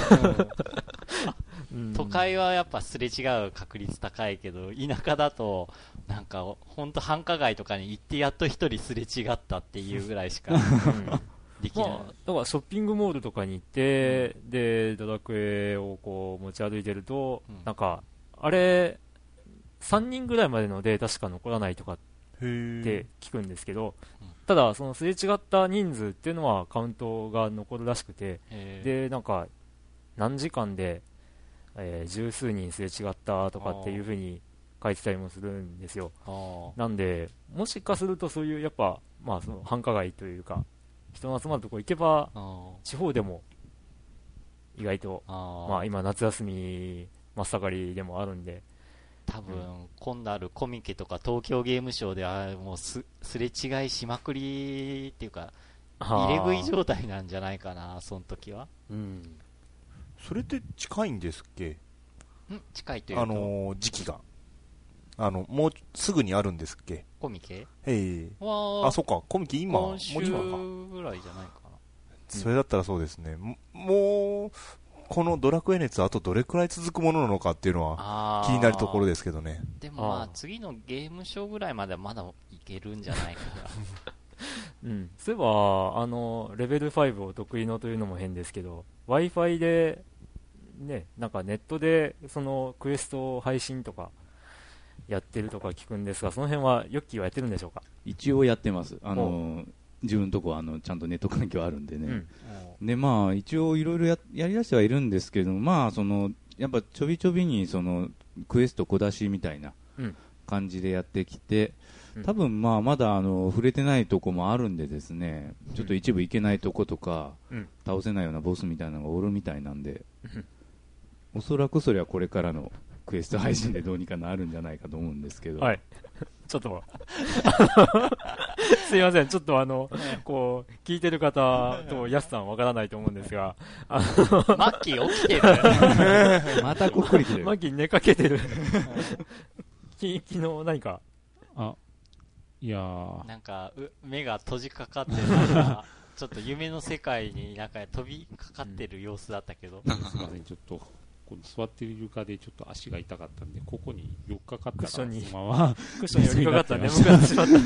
都会はやっぱすれ違う確率高いけど、田舎だとなんかほんと繁華街とかに行ってやっと一人すれ違ったっていうぐらいしかできない。 まあ、だからショッピングモールとかに行って、うん、でドラクエをこう持ち歩いてると、うん、なんかあれさんにんぐらいまでのデータしか残らないとかって聞くんですけど、うん、ただそのすれ違った人数っていうのはカウントが残るらしくて、でなんか何時間でえー、十数人すれ違ったとかっていう風に書いてたりもするんですよ。なんでもしかするとそういうやっぱ、まあ、その繁華街というか人の集まるところ行けば地方でも意外とあ、まあ、今夏休み真っ盛りでもあるんで、 多分、うん、今度あるコミケとか東京ゲームショウではもう す, すれ違いしまくりっていうか入れ食い状態なんじゃないかな、その時は。うん、 それって近いんですっけ？ ん近いというと、 あのー、時期があのもうすぐにあるんですっけ？ コミケ？ へえ。あ、そっか、コミケ今今週ぐらいじゃないかな。 それだったらそうですね。もうこのドラクエ熱あとどれくらい続くものなのかっていうのは気になるところですけどね。 でもまあ次のゲームショーぐらいまではまだいけるんじゃないかな。 うん、そういえばあのレベルファイブを得意のというのも変ですけど Wi-Fi で、ね、なんかネットでそのクエスト配信とかやってるとか聞くんですが、その辺はヨッキーはやってるんでしょうか？ 一応やってます。あの自分のとこはあのちゃんとネット環境あるんでね、うん、でまあ一応いろいろややりだしてはいるんですけど、まあそのやっぱちょびちょびにそのクエスト小出しみたいな感じでやってきて、多分まあまだあの触れてないとこもあるんでですね、ちょっと一部いけないとことか、うん、倒せないようなボスみたいなのがおるみたいなんで、うん、おそらくそれはこれからのクエスト配信でどうにかなるんじゃないかと思うんですけど、 はい、ちょっとすいません、ちょっとあのこう聞いてる方とヤスさんわからないと思うんですが、あのマッキー起きてるまたこっくり来てるマッキー寝かけてる昨日何かあいやーなんか目が閉じかかってなんかちょっと夢の世界になんか飛びかかってる様子だったけど、 うん、すみません、ちょっとこの座ってる床でちょっと足が痛かったんでここに寄っかかったらクッションにそのままクッションに寄りかかったら眠くなってしまったい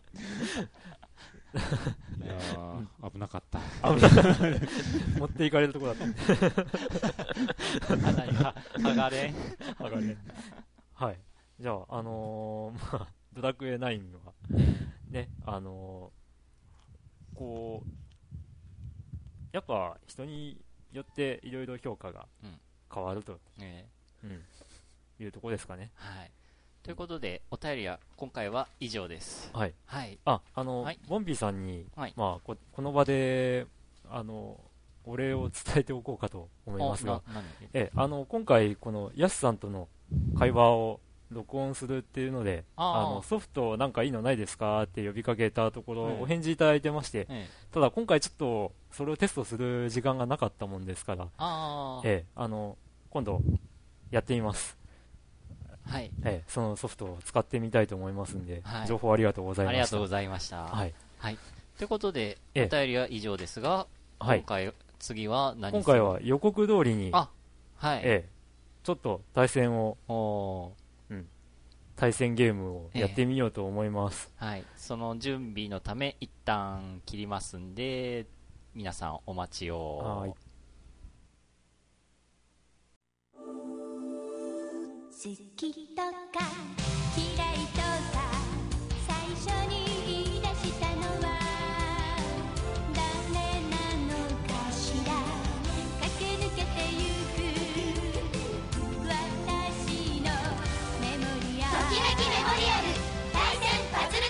やー危なかった危なかった持っていかれるとこだった何は剥がれ剥がれはい、じゃああのー、まあドラクエナインはね、あのー、こうやっぱ人によっていろいろ評価が変わると、うんねうん、いうところですかね。 はい。ということでお便りは今回は以上です。 はい。 はい。 あ、あの、はい、ボンビーさんに、はい、まあ こ, この場であのお礼を伝えておこうかと思いますが、えあの今回このヤスさんとの会話を録音するっていうので、あのソフトなんかいいのないですかって呼びかけたところ、ええ、お返事いただいてまして、ええ、ただ今回ちょっとそれをテストする時間がなかったもんですから、あ、ええ、あの今度やってみます。はい、ええ、そのソフトを使ってみたいと思いますんで、はい、情報ありがとうございました。 ありがとうございました。はい、はい、ということで、ええ、お便りは以上ですが、今回、はい、次は何？ 今回は予告通りに、 あ、はい、 ええ、ちょっと対戦をお対戦ゲームをやってみようと思います、 えー、はい、その準備のため一旦切りますんで皆さんお待ちを。はい。 好きとか嫌いとか最初に言い出したのは誰なのかしら。駆け抜けてゆく私のメモリアルときめきメモリアル対戦パズル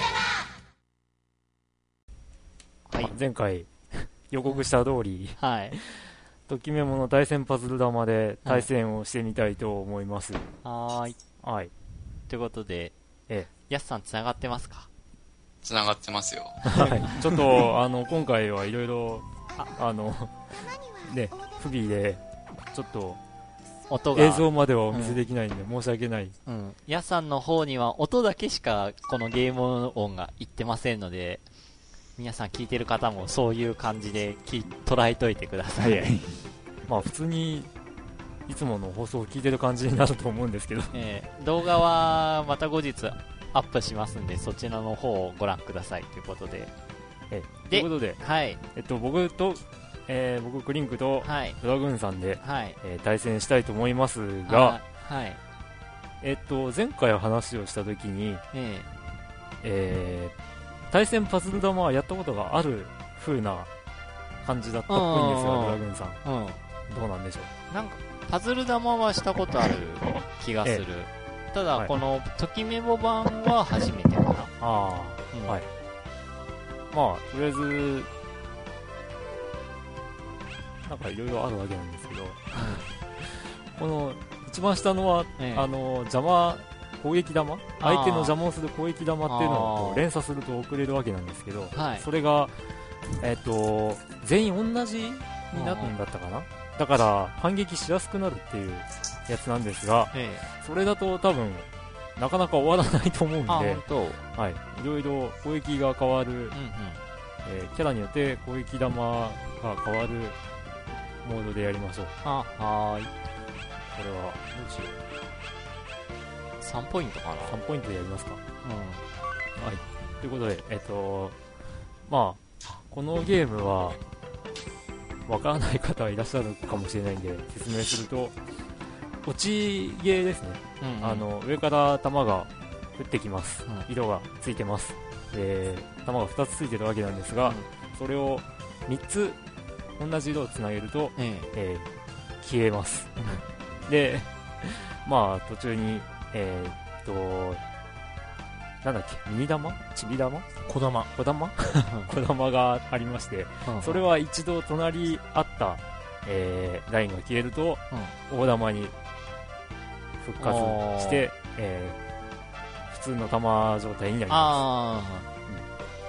玉。はい、前回予告した通り、はい、ときメモの対戦パズル玉で対戦をしてみたいと思います。 はい。 はい。 ということで、ええ、やすさんつながってますか？ つながってますよ。 はい。ちょっとあの今回はいろいろあのね不備でちょっと音が映像まではお見せできないんで申し訳ない、 うん、ヤさんの方には音だけしかこのゲーム音がいってませんので、皆さん聞いてる方もそういう感じで捉えといてください。はいはい、 まあ普通にいつもの放送を聞いてる感じになると思うんですけど、 えー、動画はまた後日アップしますんで、そちらの方をご覧くださいということで、 えー、ということで、 はいえっと、僕と、えー、僕クリンクとドラグーンさんで、はい、えー、対戦したいと思いますが、はい、えっと、前回話をしたときに、えーえー、対戦パズル玉はやったことがある風な感じだったっぽいんですが、ドラグーンさん、うん、どうなんでしょう。 なんかパズル玉はしたことある気がする、ええ、ただ、はい、このときメモ版は初めてかな。ああ、うん、はい。まあとりあえずなんかいろいろあるわけなんですけど、うん、この一番下のは、ええ、あの邪魔攻撃玉、相手の邪魔をする攻撃玉っていうのをこう連鎖すると送れるわけなんですけど、はい、それが、えー、と全員同じになるんだったかな。だから反撃しやすくなるっていうやつなんですが、ええ、それだと多分なかなか終わらないと思うんで、はい、いろいろ攻撃が変わる、うんうん、えー、キャラによって攻撃玉が変わるモードでやりましょう。あ、はーい。これはどうしよう。さんポイントかな。 さんポイントでやりますか。うん。はい。ということで、えっとまあこのゲームはわからない方はいらっしゃるかもしれないんで説明すると、落ちゲーですね、うんうん、あの上から弾が降ってきます、うん、色がついてます、で弾がふたつついてるわけなんですが、うん、それをみっつ同じ色をつなげると、ええー、消えます、うん、でまあ途中にえー、っとなんだっけ、ミニ玉、ちび玉、 小玉、 小玉小玉がありまして、それは一度隣あった、えー、ラインが消えると、うん、大玉に復活して、えー、普通の玉状態になります、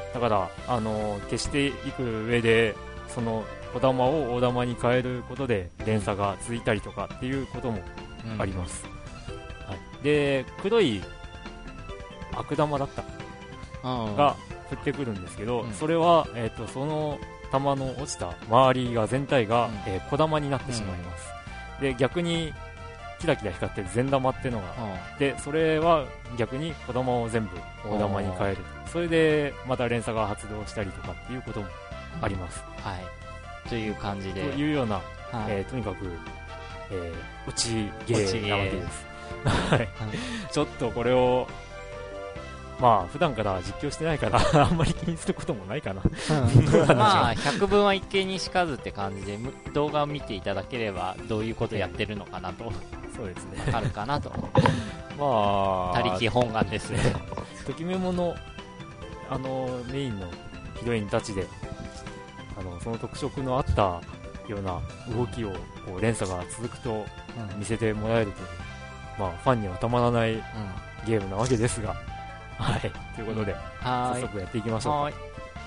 うん、だから、あのー、消していく上でその小玉を大玉に変えることで連鎖が続いたりとかっていうこともあります、うん、はい、で黒い悪玉だったが降ってくるんですけど、うん、それは、えー、とその玉の落ちた周りが全体が、うん、えー、小玉になってしまいます、うん、で逆にキラキラ光ってる善玉っていうのが、うん、でそれは逆に小玉を全部大玉に変える、それでまた連鎖が発動したりとかっていうこともあります、 うん、はいという感じでというような、はい、えー、とにかく、えー、落ちゲーなわけですはい、ちょっとこれをまあ普段から実況してないからあんまり気にすることもないかな、 うん、まあ百聞は一見にしかずって感じで動画を見ていただければどういうことやってるのかなと、 そうですね、 わかるかなとまあ他力本願ですねときメモのあのメインのヒロインたちであのその特色のあったような動きをこう連鎖が続くと見せてもらえると、うん、まあファンにはたまらないゲームなわけですが、はい、ということで、うん、早速やっていきましょう。はい、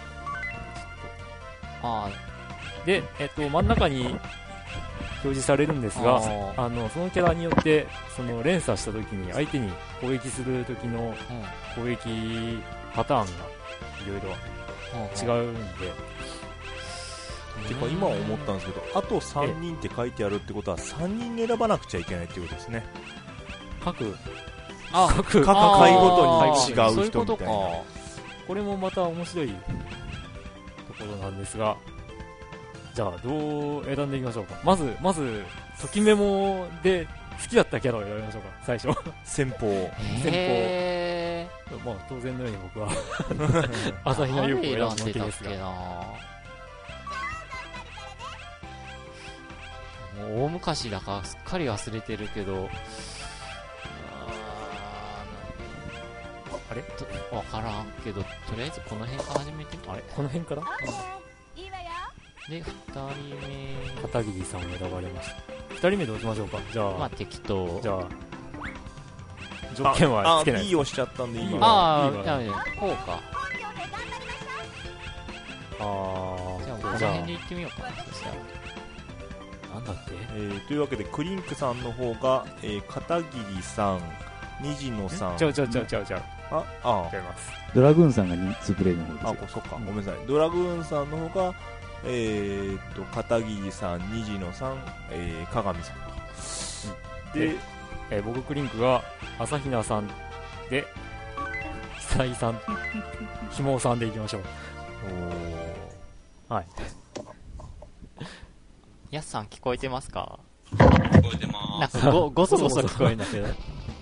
あで、えっと、真ん中に表示されるんですが、あのそのキャラによってその連鎖した時に相手に攻撃する時の攻撃パターンがいろいろ違うんで、 てか今思ったんですけど、あとさんにんって書いてあるってことはさんにん選ばなくちゃいけないってことですね。 各あ各回ごとに違う人みたいな。 これもまた面白いところなんですが、じゃあどう選んでいきましょうか。まずまずときメモで好きだったキャラを選びましょうか。最初先方先方、まあ当然のように僕は朝比奈優子を選ぶわけですが、 もう大昔だからすっかり忘れてるけど、 あれわからんけど、とりあえずこの辺から始めて。 あれこの辺から、うん、 で、ふたりめ片桐さんを選ばれました。ふたりめどうしましょうか。じゃあまあ適当。 じゃあ条件はつけない。 あ、B をしちゃったんで今ああ、じゃあこうか。 ああ、 じゃあこの辺で行ってみようかな。そしたらなんだっけ、 えー、というわけでクリンクさんの方が、えー、片桐さん、虹野さん、 ちゃうちゃうちゃうちゃうちゃう、 ああ違います。 ドラグーンさんがにツープレイの方ですよ。 あ、そっか、ごめんなさい。ドラグーンさんの方が、えー、っと、片桐さん、虹野さん、えー、鏡さんと。で、 えー、僕クリンクが朝比奈さんで、久井さん、ひもさんでいきましょう。おー。はい。 やすさん聞こえてますか？ 聞こえてまなんーす。 かご、ごそごそ聞こえるんだけど。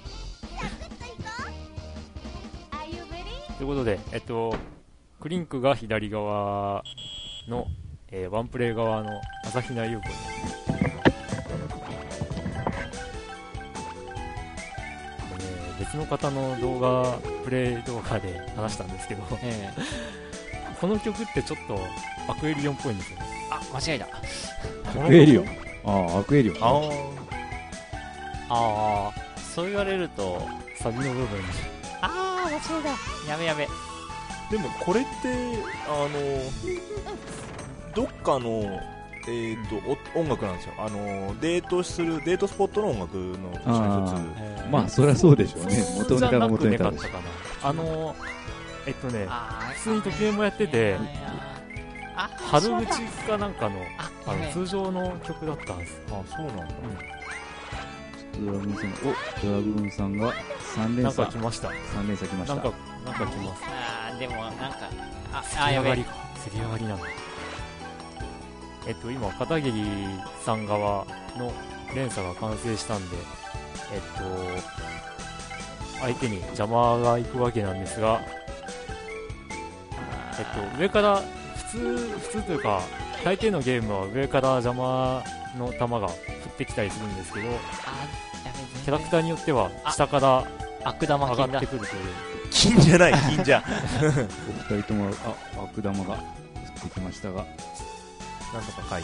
ということで、えっと、クリンクが左側の、えー、ワンプレイ側の朝比奈優子です。別の方の動画、プレイ動画で話したんですけど、 ええ、 この曲ってちょっとアクエリオンっぽいんですよね。 あ、間違えた。 アクエリオン。ああ、アクエリオン。 あああ、そう言われると、 サビの部分に。 ああ、間違えた。やべやべ。 でもこれって、あの、どっかの、えーとお音楽なんですよ。あのデートするデートスポットの音楽の確か一つ。 えー、まあそりゃそうでしょうね。元ネタが元ネタでしょ。 あのえっとね普通に時計もやってて、春口かなんかのあの通常の曲だったんです。 あ、そうなんだ。 うん、 ドラグーンさん、おドラグーンさんがさん連鎖。 なんか来ました。 さん連鎖来ました。 なんかなんか来ます。 ああ、でもなんかああやばい。せり上がりなの。えっと、今、片桐さん側の連鎖が完成したんで、えっと、相手に邪魔が行くわけなんですが、えっと、上から、普通、普通というか、大抵のゲームは上から邪魔の球が降ってきたりするんですけど、キャラクターによっては、下から悪玉上がってくるという。 金じゃない、金じゃ。 お二人とも、あ、悪玉が降ってきましたが、 なんとか回避。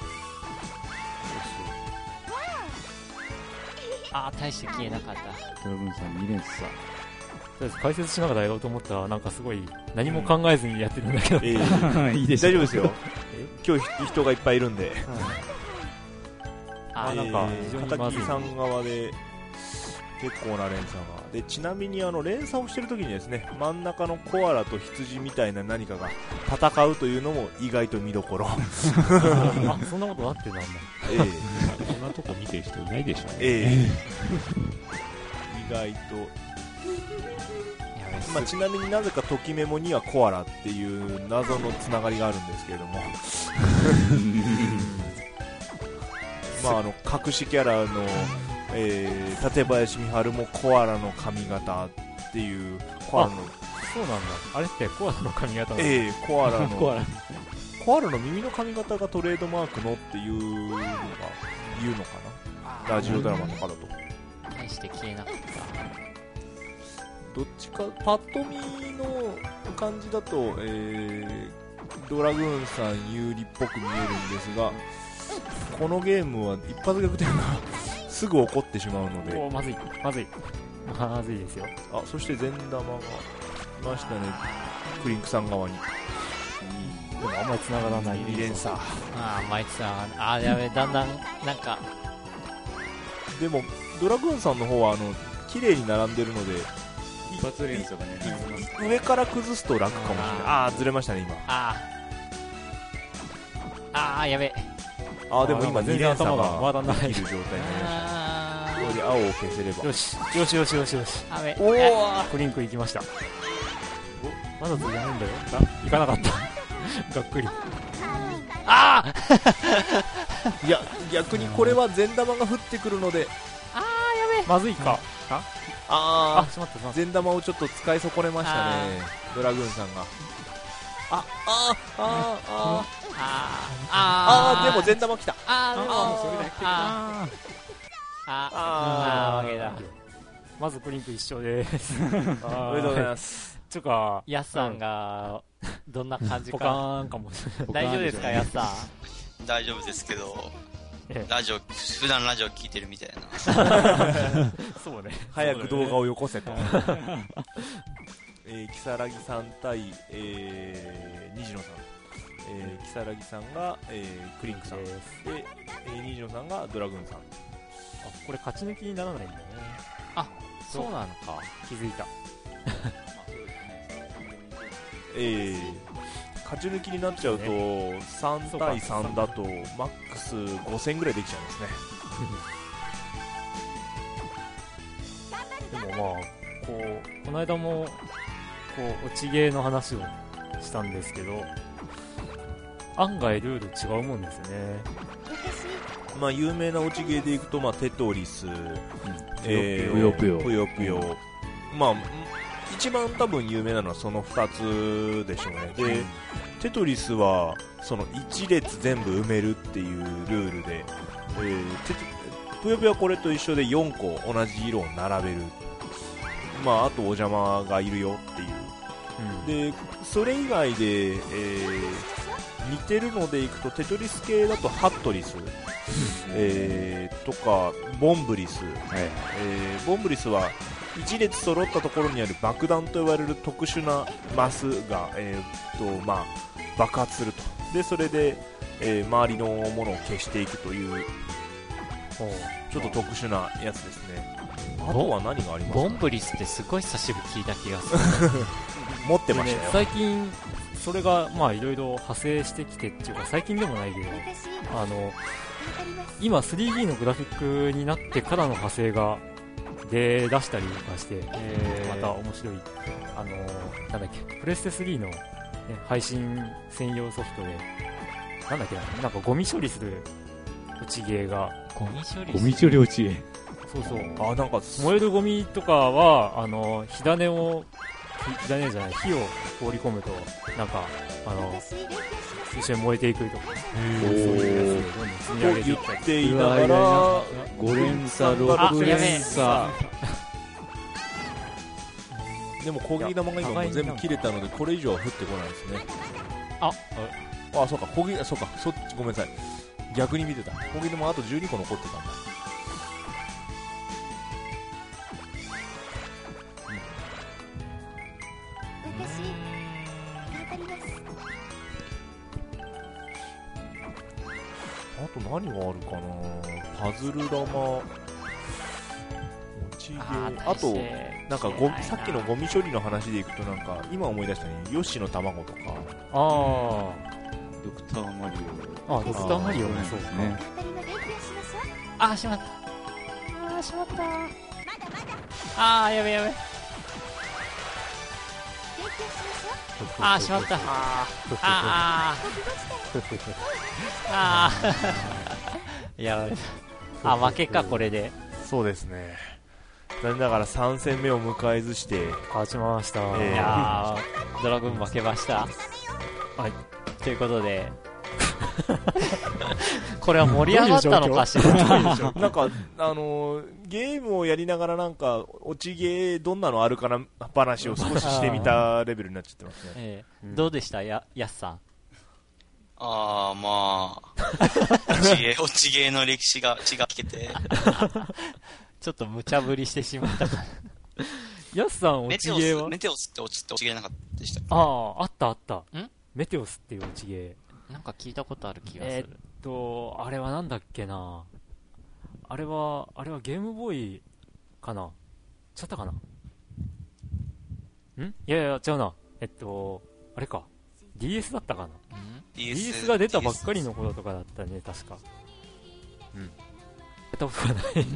ああ、大して消えなかった。 ドラグーンさんに連鎖。 そうです。解説しながらやろうと思ったら、なんかすごい何も考えずにやってるんだけど、 えー、 いいです。 大丈夫ですよ。今日人がいっぱいいるんで。 あ、なんか非常に片まずい。 桐さん側で結構な連鎖が。で、ちなみにあの連鎖をしてるときにですね、真ん中のコアラと羊みたいな何かが戦うというのも意外と見どころ。 あ、そんなことなってたんだ。 ええ、 そんなとこ見てる人いないでしょうね。 ええ、意外と。まあ、ちなみになぜかときメモにはコアラっていう謎のつながりがあるんですけれども。まああの隠しキャラの、えー、館林美晴もコアラの髪型っていうコアラの、 そうなんだ。あれってコアラの髪型なの？ ええ、コアラのコアラコアラの耳の髪型がトレードマークのっていうのが言うのかな、ラジオドラマとかだと。 大して消えなかった。 どっちかパッと見の感じだと、えー、ドラグーンさん有利っぽく見えるんですが、このゲームは一発逆転がすぐ起こってしまうので、 おー、まずいまずいまずいですよ。 あ、そして善玉が来ましたね、クリンクさん側に。 でもあんまり繋がらないに連鎖。 ああ、マイツさん、ああ、やべ、だんだんなんかでもドラグーンさんの方はあの綺麗に並んでるので、 一発連鎖がね、 上から崩すと楽かもしれない。ああー、ずれましたね今。 ああああ、やべ。 ああ、でも今に連鎖頭が回らがないできる状態になりましたね。 あこれで青を消せれば。 よしよしよしよしよし、 あ、やべ。 おー、 クリンク行きました。まだ続かないんだよ。あ、行かなかったがっくり。 ああいや、逆にこれは善玉が降ってくるので、 まずいか。あああ、しまったしまあ、 った。 善玉をちょっと使い損ねましたね、ドラグーンさんが。あ、あー、あー、あー、 あああー、でも善玉来た。 ああ、でもあーそれだけあああああ、負けだ。 まずクリンク一緒ですおめでとうございます。 つうか、 ヤスさんがどんな感じポカか。 ーンかもしれない。 大丈夫ですか、ヤスさん。 大丈夫ですけど、 ええラジオ、普段ラジオ聞いてるみたいな。 そうね。 早く動画をよこせと。えー、如月さん対、えー、虹野さん。えー、如月さんが、えー、クリンクさん。で、 えー、ニジョンさんがドラグーンさん。 あ、これ勝ち抜きにならないんだよね。 あ、そうなのか。 気づいた。 えー、勝ち抜きになっちゃうと、ね、さんたいさんだとマックスごせんぐらいできちゃいますね。 でもまあこうこの間もこう落ちゲーの話をしたんですけど、案外ルール違うもんですね。 まあ有名な落ちゲーでいくと、まあテトリス、うん、 えー、ぷよぷよぷよぷよ、まあ一番多分有名なのはそのふたつでしょうね。で、うん、テトリスはそのいち列全部埋めるっていうルールで、えー、ぷよぷよはこれと一緒でよんこ同じ色を並べる。まああとお邪魔がいるよっていう、うん、でそれ以外で、えー、似てるのでいくとテトリス系だとハットリス、えー、とかボンブリス、はい、えー、ボンブリスはいち列揃ったところにある爆弾と言われる特殊なマスが、えーとまあ、爆発すると。でそれで、えー、周りのものを消していくというちょっと特殊なやつですね。あとは何がありますか？ ボンブリスってすごい久しぶり聞いた気がする持ってましたよ、ね、 最近それがまあいろいろ派生してきてっていうか、最近でもないけど、あの今 スリーディー のグラフィックになってからの派生が出だしたりとかして、えー、また面白い、あのー、なんだっけ、プレステスリーの、ね、配信専用ソフトで、なんだっけな、なんかゴミ処理する落ちゲーが、 ゴミ処理ゴミ処理落ちゲー、 そうそう、 あ、なんか燃えるゴミとかはあの火種を火種じゃない火を放り込むとなんかあの一緒に燃えていくとか、そういうやつをどんどん積み上げていったりって言いながらご連鎖ろく連鎖でも攻撃玉が今もう全部切れたのでこれ以上は降ってこないですね。ああ、そうか、攻撃、そうか、そっちごめんなさい、逆に見てた。攻撃玉あとじゅうにこ残ってたんだ。あと何があるかな。パズル玉、落ちゲー、あとなんかゴミ、さっきのゴミ処理の話でいくとなんか今思い出したね、ヨッシーの卵とか、 ああ、 ドクターマリオ、あ、ドクターマリオね、そうですね。 あー、しまったあー、しまったあー、やべやべあー、しまったあーあーあーやられた。あ、負けか、これで。 そうですね。残念ながらさん戦目を迎えずして勝ちました、 えー、いやードラグーン負けました。 はい、 ということでこれは盛り上がったのかしらなんか、あのー、ゲームをやりながらなんか落ちゲーどんなのあるかな話を少ししてみたレベルになっちゃってますね、 えーうん、どうでしたや、やすさん。 あー、まあ落ちゲー、落ちゲーの歴史が違けてちょっと無茶ぶりしてしまったからやすさん、落ちゲーはメテオスって落ちって落ちゲーなかったでしたっけ？ ああ、あったあった。 んメテオスっていう落ちゲー。なんか聞いたことある気がする。 えー、っと、あれはなんだっけな。あれは、あれはゲームボーイかな。ちゃったかな。んいやいや、違うな。えっと、あれか。ディーエス だったかな。ディーエス が出たばっかりの頃とかだったね、確か。うん。やったことがない。うん。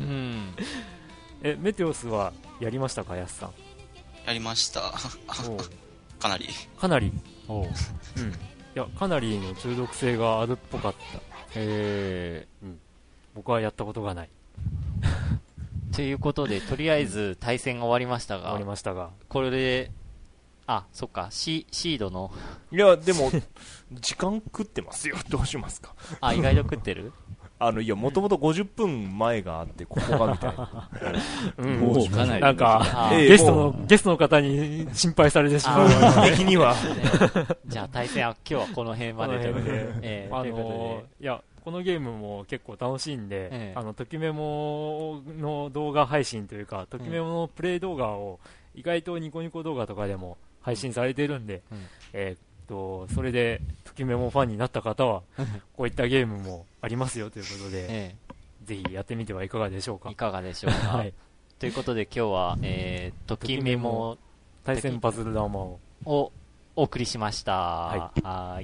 え、メテオスはやりましたか、やすさん。 やりました。かなり。 かなり。おう。うん。いや、かなりの中毒性があるっぽかった。えー、うん。僕はやったことがない。 ということで、とりあえず対戦が終わりましたが。 終わりましたが。 これで、あ、そっか、シ, シードの。 いや、でも、時間食ってますよ。どうしますか。 あ、意外と食ってるあの、いや、もともとごじゅっぷんまえがあって、ここがみたいな。 うん、もうかなり。なんか、ゲストの、ゲストの方に心配されてしまう。 的には。 じゃあ、対戦は今日はこの辺までということで。 えー、あのー、いや、このゲームも結構楽しいんで、ええ、あの、ときメモの動画配信というか、ときメモのプレイ動画を意外とニコニコ動画とかでも配信されているんで、うん、えー、 と、それで、ときメモファンになった方は、こういったゲームもありますよということで、ええ、ぜひやってみてはいかがでしょうか。 いかがでしょうか。はい。ということで今日は、えー、ときメモ対戦パズル玉をお送りしました。はい。はい。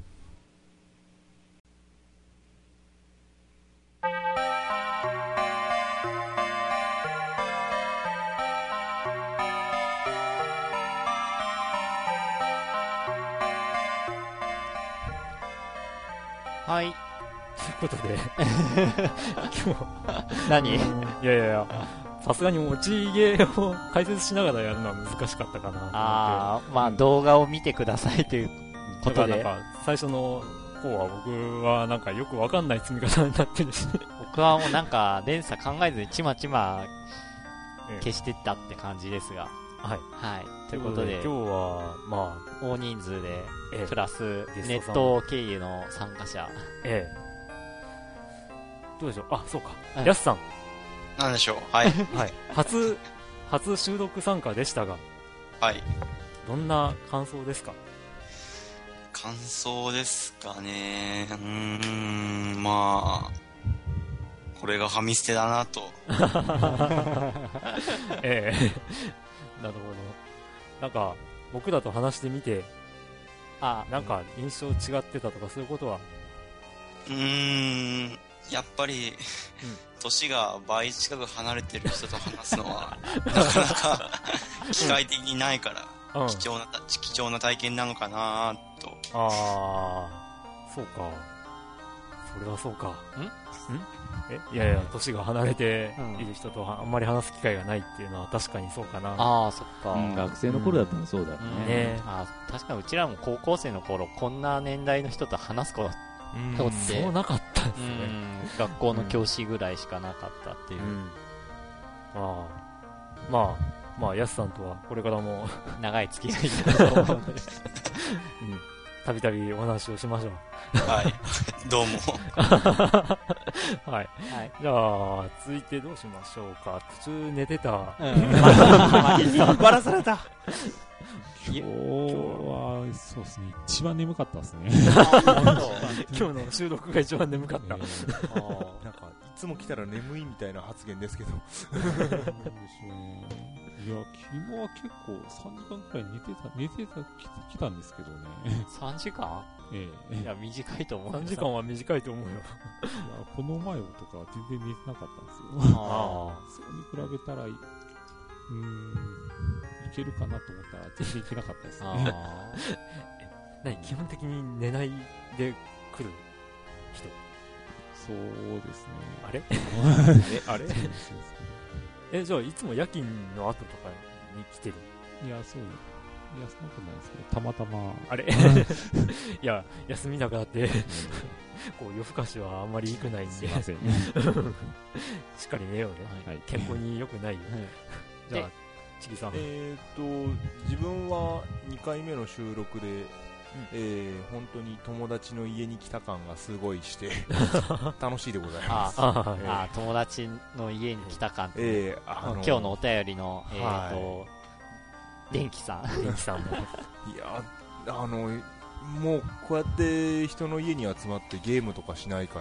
はい。 ということで、今日、 何いやいやいや、さすがに持ちゲーを解説しながらやるのは難しかったかなと思って。 ああ、まあ動画を見てくださいということで。 なんか、最初の方は僕はなんかよくわかんない積み方になってるし。 僕はもうなんか連鎖考えずにちまちま消してったって感じですが。はい。はい。ということで、 今日は、まあ、大人数で、プラス、ネット経由の参加者。ええ。 どうでしょう。あ、そうか。やすさん。 なんでしょう。はい。 はい。初、初収録参加でしたが。 はい。 どんな感想ですか？ 感想ですかね。うーん、まあ、これがファミステだなと。 ええ。なるほど。なんか、僕らと話してみて、あ、なんか印象違ってたとかそういうことは？ うーん、やっぱり、うん、年が倍近く離れてる人と話すのは、なかなか機械的にないから、うん、貴重な、貴重な体験なのかなと。 ああ、そうか。それはそうか。んんえいやいや、年が離れている人とあんまり話す機会がないっていうのは確かにそうかな。 ああ、そっか、うん。 学生の頃だったらそうだね。うん、ねあ確かにうちらも高校生の頃、こんな年代の人と話すことって、 そうなかったですね。 学校の教師ぐらいしかなかったっていう。うん、 ああ、まあ、まあ、やすさんとはこれからも長い付き合いになると思うので、 たびたびお話をしましょう。 はい。どうも。 はい。はい。じゃあ、続いてどうしましょうか。途中寝てた。うん。 バラされた。 今日は、そうですね。一番眠かったですね。 今日の収録が一番眠かった。えー、なんか、いつも来たら眠いみたいな発言ですけど。 なんでしょうね。いや、昨日は結構さんじかんくらい寝てた、寝てた、来たんですけどね。 さんじかん？ええ。いや、短いと思う。 さんじかんは短いと思うよ。いや、 この前とか全然寝てなかったんですよ。ああ。それに比べたら、うーん、いけるかなと思ったら全然いけなかったですね。あえ、何基本的に寝ないで来る人？ そうですね。 あれあれあれえ、じゃあいつも夜勤の後とかに来てる？ いや、そう。いや、そんなことないですけど、たまたま。 あれいや、休みなくなって、こう夜更かしはあんまり良くないんで。すいません。しっかり寝ようね。はい、健康に良くないよ。じゃあ、ちぎさん。 えっと、自分はにかいめの収録で、えー、本当に友達の家に来た感がすごいして楽しいでございます。 ああ、えー、あ友達の家に来た感って、えーあのー、今日のお便りの、えーとはい、電気さん電気さんもいやあのもうこうやって人の家に集まってゲームとかしないから、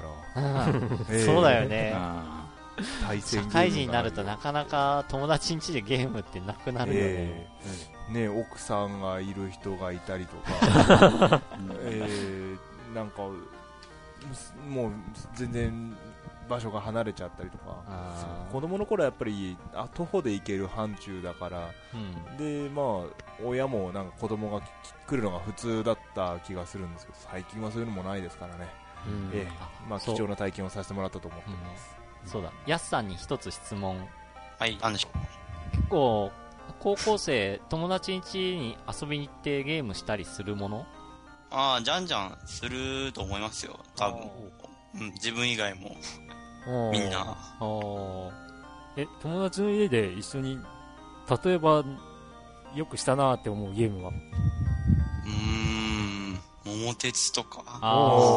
えー、そうだよね。 対戦社会人になるとなかなか友達ん家でゲームってなくなるよね。えー、ね奥さんがいる人がいたりとか、えー、なんかもう全然場所が離れちゃったりとか、子供の頃はやっぱりあ徒歩で行ける範疇だから、うん、でまあ親もなんか子供が来るのが普通だった気がするんですけど、最近はそういうのもないですからね。うん、えー、まあ貴重な体験をさせてもらったと思ってます。 そうだ、やすさんに一つ質問。 はい、なんでしょう。 結構高校生友達ん家に遊びに行ってゲームしたりするもの？ ああ、じゃんじゃんすると思いますよ、多分。うん、自分以外もみんな。 え、友達の家で一緒に例えばよくしたなーって思うゲームは？ うーん、桃鉄とか。あ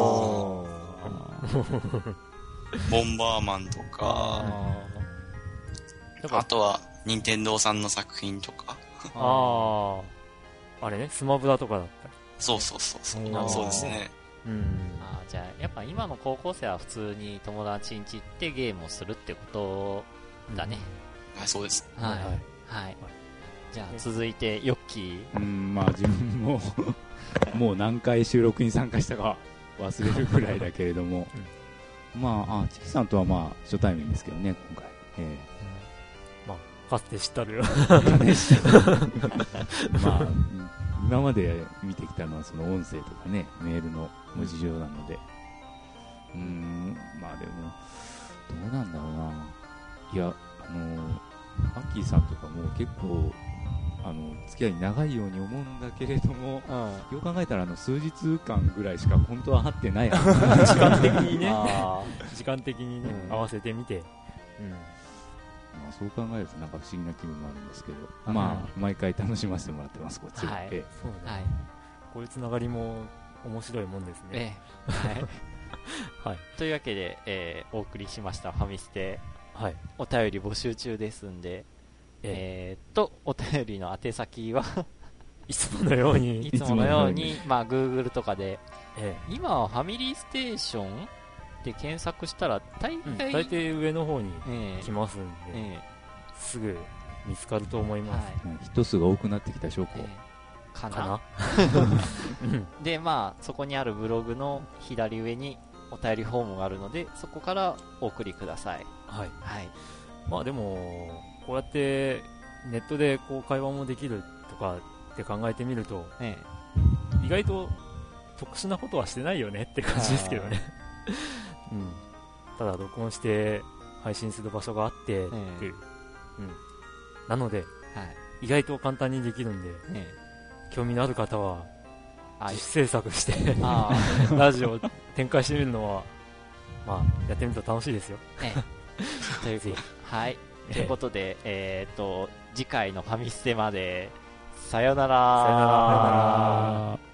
ボンバーマンとか、あ, あとは任天堂さんの作品とか。 ああ、あれね、スマブラとかだったり。 そうそうそうそう、 あーそうですね。 うんあーじゃあやっぱ今の高校生は普通に友達ん家行ってゲームをするってことだね。 はい、そうです。 はいはいはい。じゃあ続いてヨッキー。 うんまあ自分ももう何回収録に参加したか忘れるくらいだけれども、まああチキさんとはまあ初対面ですけどね今回、えまあかつて知ったるよーまあ今まで見てきたのはその音声とかねメールの文字上なので、うーんまあでもどうなんだろうな。いやあのアッキーさんとかも結構あの付き合い長いように思うんだけれども、 うん。 よく考えたらあの数日間ぐらいしか本当は会ってないはず時間的にねあ時間的にね、 うん合わせてみて、うんまあそう考えるとなんか不思議な気分もあるんですけど、 うんまあ毎回楽しませてもらってますこっちは、 はいえそうね、 ーはい。 こういうつながりも面白いもんですね。 ええはい。 はいというわけで、えーお送りしましたファミステはい。 お便り募集中ですんで、 ええーっとお便りの宛先はいつものように、 いつものようにまあ Google とかでえ今はファミリーステーションで検索したら大えうん体、 大抵上の方にええ来ますんで、 えすぐ見つかると思いえます。 はいうん人数が多くなってきた証拠、 ええかなかなうんでまあそこにあるブログの左上にお便りフォームがあるのでそこからお送りください。 はい。 はい。 まあでも、こうやってネットでこう会話もできるとかって考えてみると、 え意外と特殊なことはしてないよねって感じですけどね。うん。ただ録音して配信する場所があってっていう。うん。なので、 えはい。 意外と簡単にできるんで、 え興味のある方はえあ自主制作してあラジオを展開してみるのは、まあ、やってみると楽しいですよ。 ーええというぜひはい。 ええということで、えーっと次回のファミステまでさよなら。 さよならさよなら。